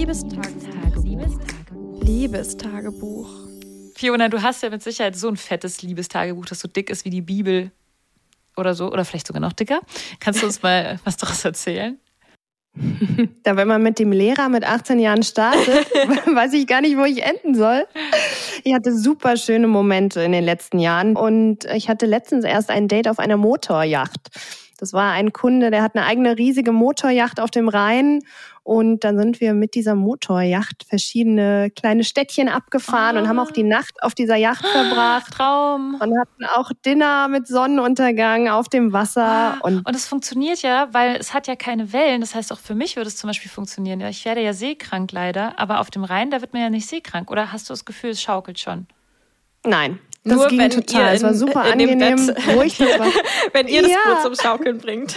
Liebestagebuch. Fiona, du hast ja mit Sicherheit so ein fettes Liebestagebuch, das so dick ist wie die Bibel oder so. Oder vielleicht sogar noch dicker. Kannst du uns mal was daraus erzählen? Da, wenn man mit dem Lehrer mit 18 Jahren startet, weiß ich gar nicht, wo ich enden soll. Ich hatte super schöne Momente in den letzten Jahren und ich hatte letztens erst ein Date auf einer Motoryacht. Das war ein Kunde, der hat eine eigene riesige Motoryacht auf dem Rhein und dann sind wir mit dieser Motoryacht verschiedene kleine Städtchen abgefahren und haben auch die Nacht auf dieser Yacht verbracht. Traum. Und hatten auch Dinner mit Sonnenuntergang auf dem Wasser. Und es funktioniert ja, weil es hat ja keine Wellen. Das heißt, auch für mich würde es zum Beispiel funktionieren. Ja, ich werde ja seekrank leider, aber auf dem Rhein, da wird man ja nicht seekrank. Oder hast du das Gefühl, es schaukelt schon? Nein. Das nur ging wenn total. Es war super angenehm, ruhig. Das war. Wenn ihr das Boot zum Schaukeln bringt.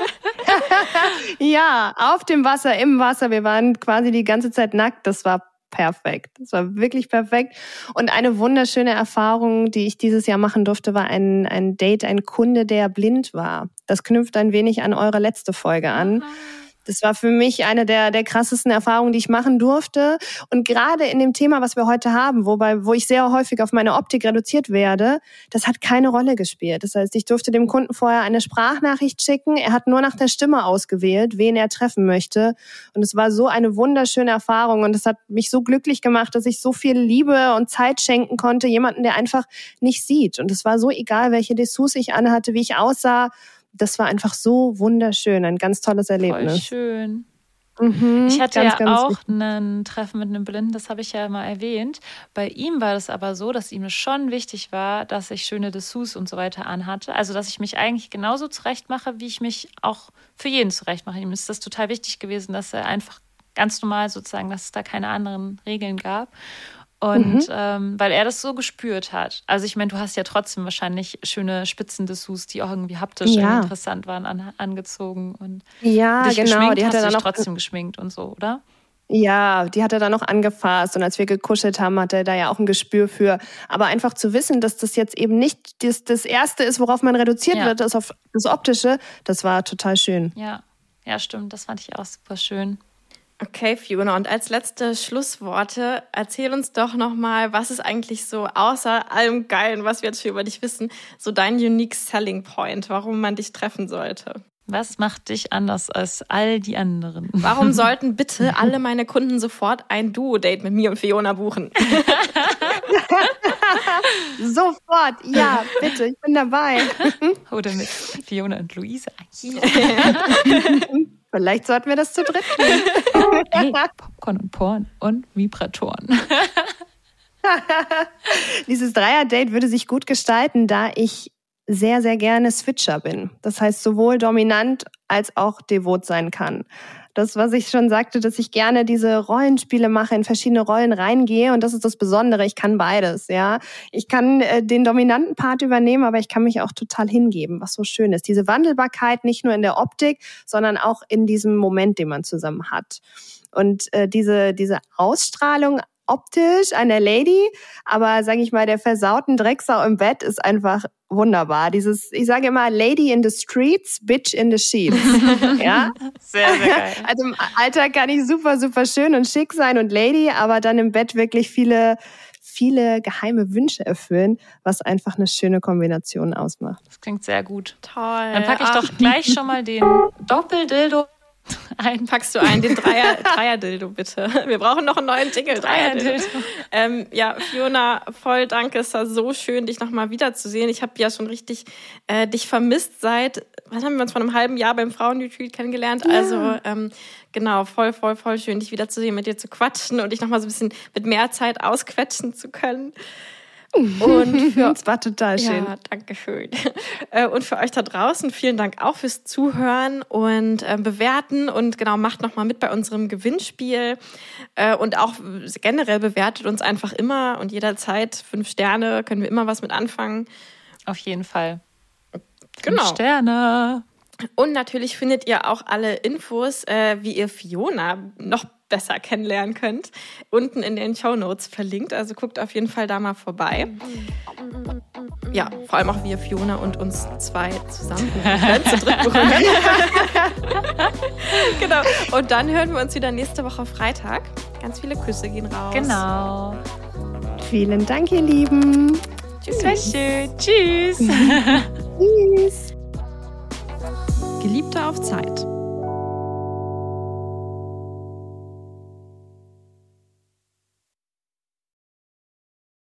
Ja, auf dem Wasser, im Wasser. Wir waren quasi die ganze Zeit nackt. Das war perfekt. Das war wirklich perfekt. Und eine wunderschöne Erfahrung, die ich dieses Jahr machen durfte, war ein Date, ein Kunde, der blind war. Das knüpft ein wenig an eure letzte Folge an. Das war für mich eine der krassesten Erfahrungen, die ich machen durfte. Und gerade in dem Thema, was wir heute haben, wo ich sehr häufig auf meine Optik reduziert werde, das hat keine Rolle gespielt. Das heißt, ich durfte dem Kunden vorher eine Sprachnachricht schicken. Er hat nur nach der Stimme ausgewählt, wen er treffen möchte. Und es war so eine wunderschöne Erfahrung. Und es hat mich so glücklich gemacht, dass ich so viel Liebe und Zeit schenken konnte, jemanden, der einfach nicht sieht. Und es war so egal, welche Dessous ich anhatte, wie ich aussah. Das war einfach so wunderschön, ein ganz tolles Erlebnis. Voll schön. Ich hatte ganz auch ein Treffen mit einem Blinden, das habe ich ja mal erwähnt. Bei ihm war das aber so, dass ihm schon wichtig war, dass ich schöne Dessous und so weiter anhatte. Also, dass ich mich eigentlich genauso zurechtmache, wie ich mich auch für jeden zurechtmache. Ihm ist das total wichtig gewesen, dass er einfach ganz normal sozusagen, dass es da keine anderen Regeln gab. Und weil er das so gespürt hat. Also ich meine, du hast ja trotzdem wahrscheinlich schöne Spitzendessous, die auch irgendwie haptisch interessant waren, angezogen. Und ja, genau. Die hat er dann auch trotzdem geschminkt und so, oder? Ja, die hat er dann noch angefasst. Und als wir gekuschelt haben, hatte er da ja auch ein Gespür für. Aber einfach zu wissen, dass das jetzt eben nicht das Erste ist, worauf man reduziert wird, das auf das Optische, das war total schön. Ja, stimmt. Das fand ich auch super schön. Okay, Fiona, und als letzte Schlussworte, erzähl uns doch nochmal, was ist eigentlich so, außer allem Geilen, was wir jetzt schon über dich wissen, so dein unique selling point, warum man dich treffen sollte? Was macht dich anders als all die anderen? Warum sollten bitte alle meine Kunden sofort ein Duo-Date mit mir und Fiona buchen? Sofort, ja, bitte, ich bin dabei. Oder mit Fiona und Luise. Vielleicht sollten wir das zu dritt tun. Hey, Popcorn und Porn und Vibratoren. Dieses Dreier-Date würde sich gut gestalten, da ich sehr, sehr gerne Switcher bin. Das heißt, sowohl dominant als auch devot sein kann. Das, was ich schon sagte, dass ich gerne diese Rollenspiele mache, in verschiedene Rollen reingehe. Und das ist das Besondere. Ich kann beides, ja. Ich kann den dominanten Part übernehmen, aber ich kann mich auch total hingeben, was so schön ist. Diese Wandelbarkeit nicht nur in der Optik, sondern auch in diesem Moment, den man zusammen hat. Und diese Ausstrahlung optisch eine Lady, aber sage ich mal, der versauten Drecksau im Bett ist einfach wunderbar. Ich sage immer, Lady in the streets, Bitch in the sheets. Ja? Sehr, sehr geil. Also im Alltag kann ich super, super schön und schick sein und Lady, aber dann im Bett wirklich viele geheime Wünsche erfüllen, was einfach eine schöne Kombination ausmacht. Das klingt sehr gut. Toll. Dann packe ich doch gleich schon mal den Doppeldildo ein. Packst du ein, den Dreier-Dildo bitte. Wir brauchen noch einen neuen Jingle. Dreier-Dildo. Ja, Fiona, voll danke. Es war so schön, dich nochmal wiederzusehen. Ich habe ja schon richtig dich vermisst was haben wir uns vor einem halben Jahr beim Frauenretreat kennengelernt? Ja. Also genau, voll schön, dich wiederzusehen, mit dir zu quatschen und dich nochmal so ein bisschen mit mehr Zeit ausquetschen zu können. Und das war total schön. Ja, danke schön. Und für euch da draußen, vielen Dank auch fürs Zuhören und Bewerten und genau, macht nochmal mit bei unserem Gewinnspiel und auch generell bewertet uns einfach immer und jederzeit 5 Sterne, können wir immer was mit anfangen. Auf jeden Fall. 5 Sterne. Und natürlich findet ihr auch alle Infos, wie ihr Fiona noch besser kennenlernen könnt, unten in den Shownotes verlinkt. Also guckt auf jeden Fall da mal vorbei. Ja, vor allem auch wie ihr Fiona und uns 2 zusammen zu dritt berühren. Genau. Und dann hören wir uns wieder nächste Woche Freitag. Ganz viele Küsse gehen raus. Genau. Vielen Dank, ihr Lieben. Tschüss. Sehr schön. Tschüss. Tschüss. Geliebte auf Zeit.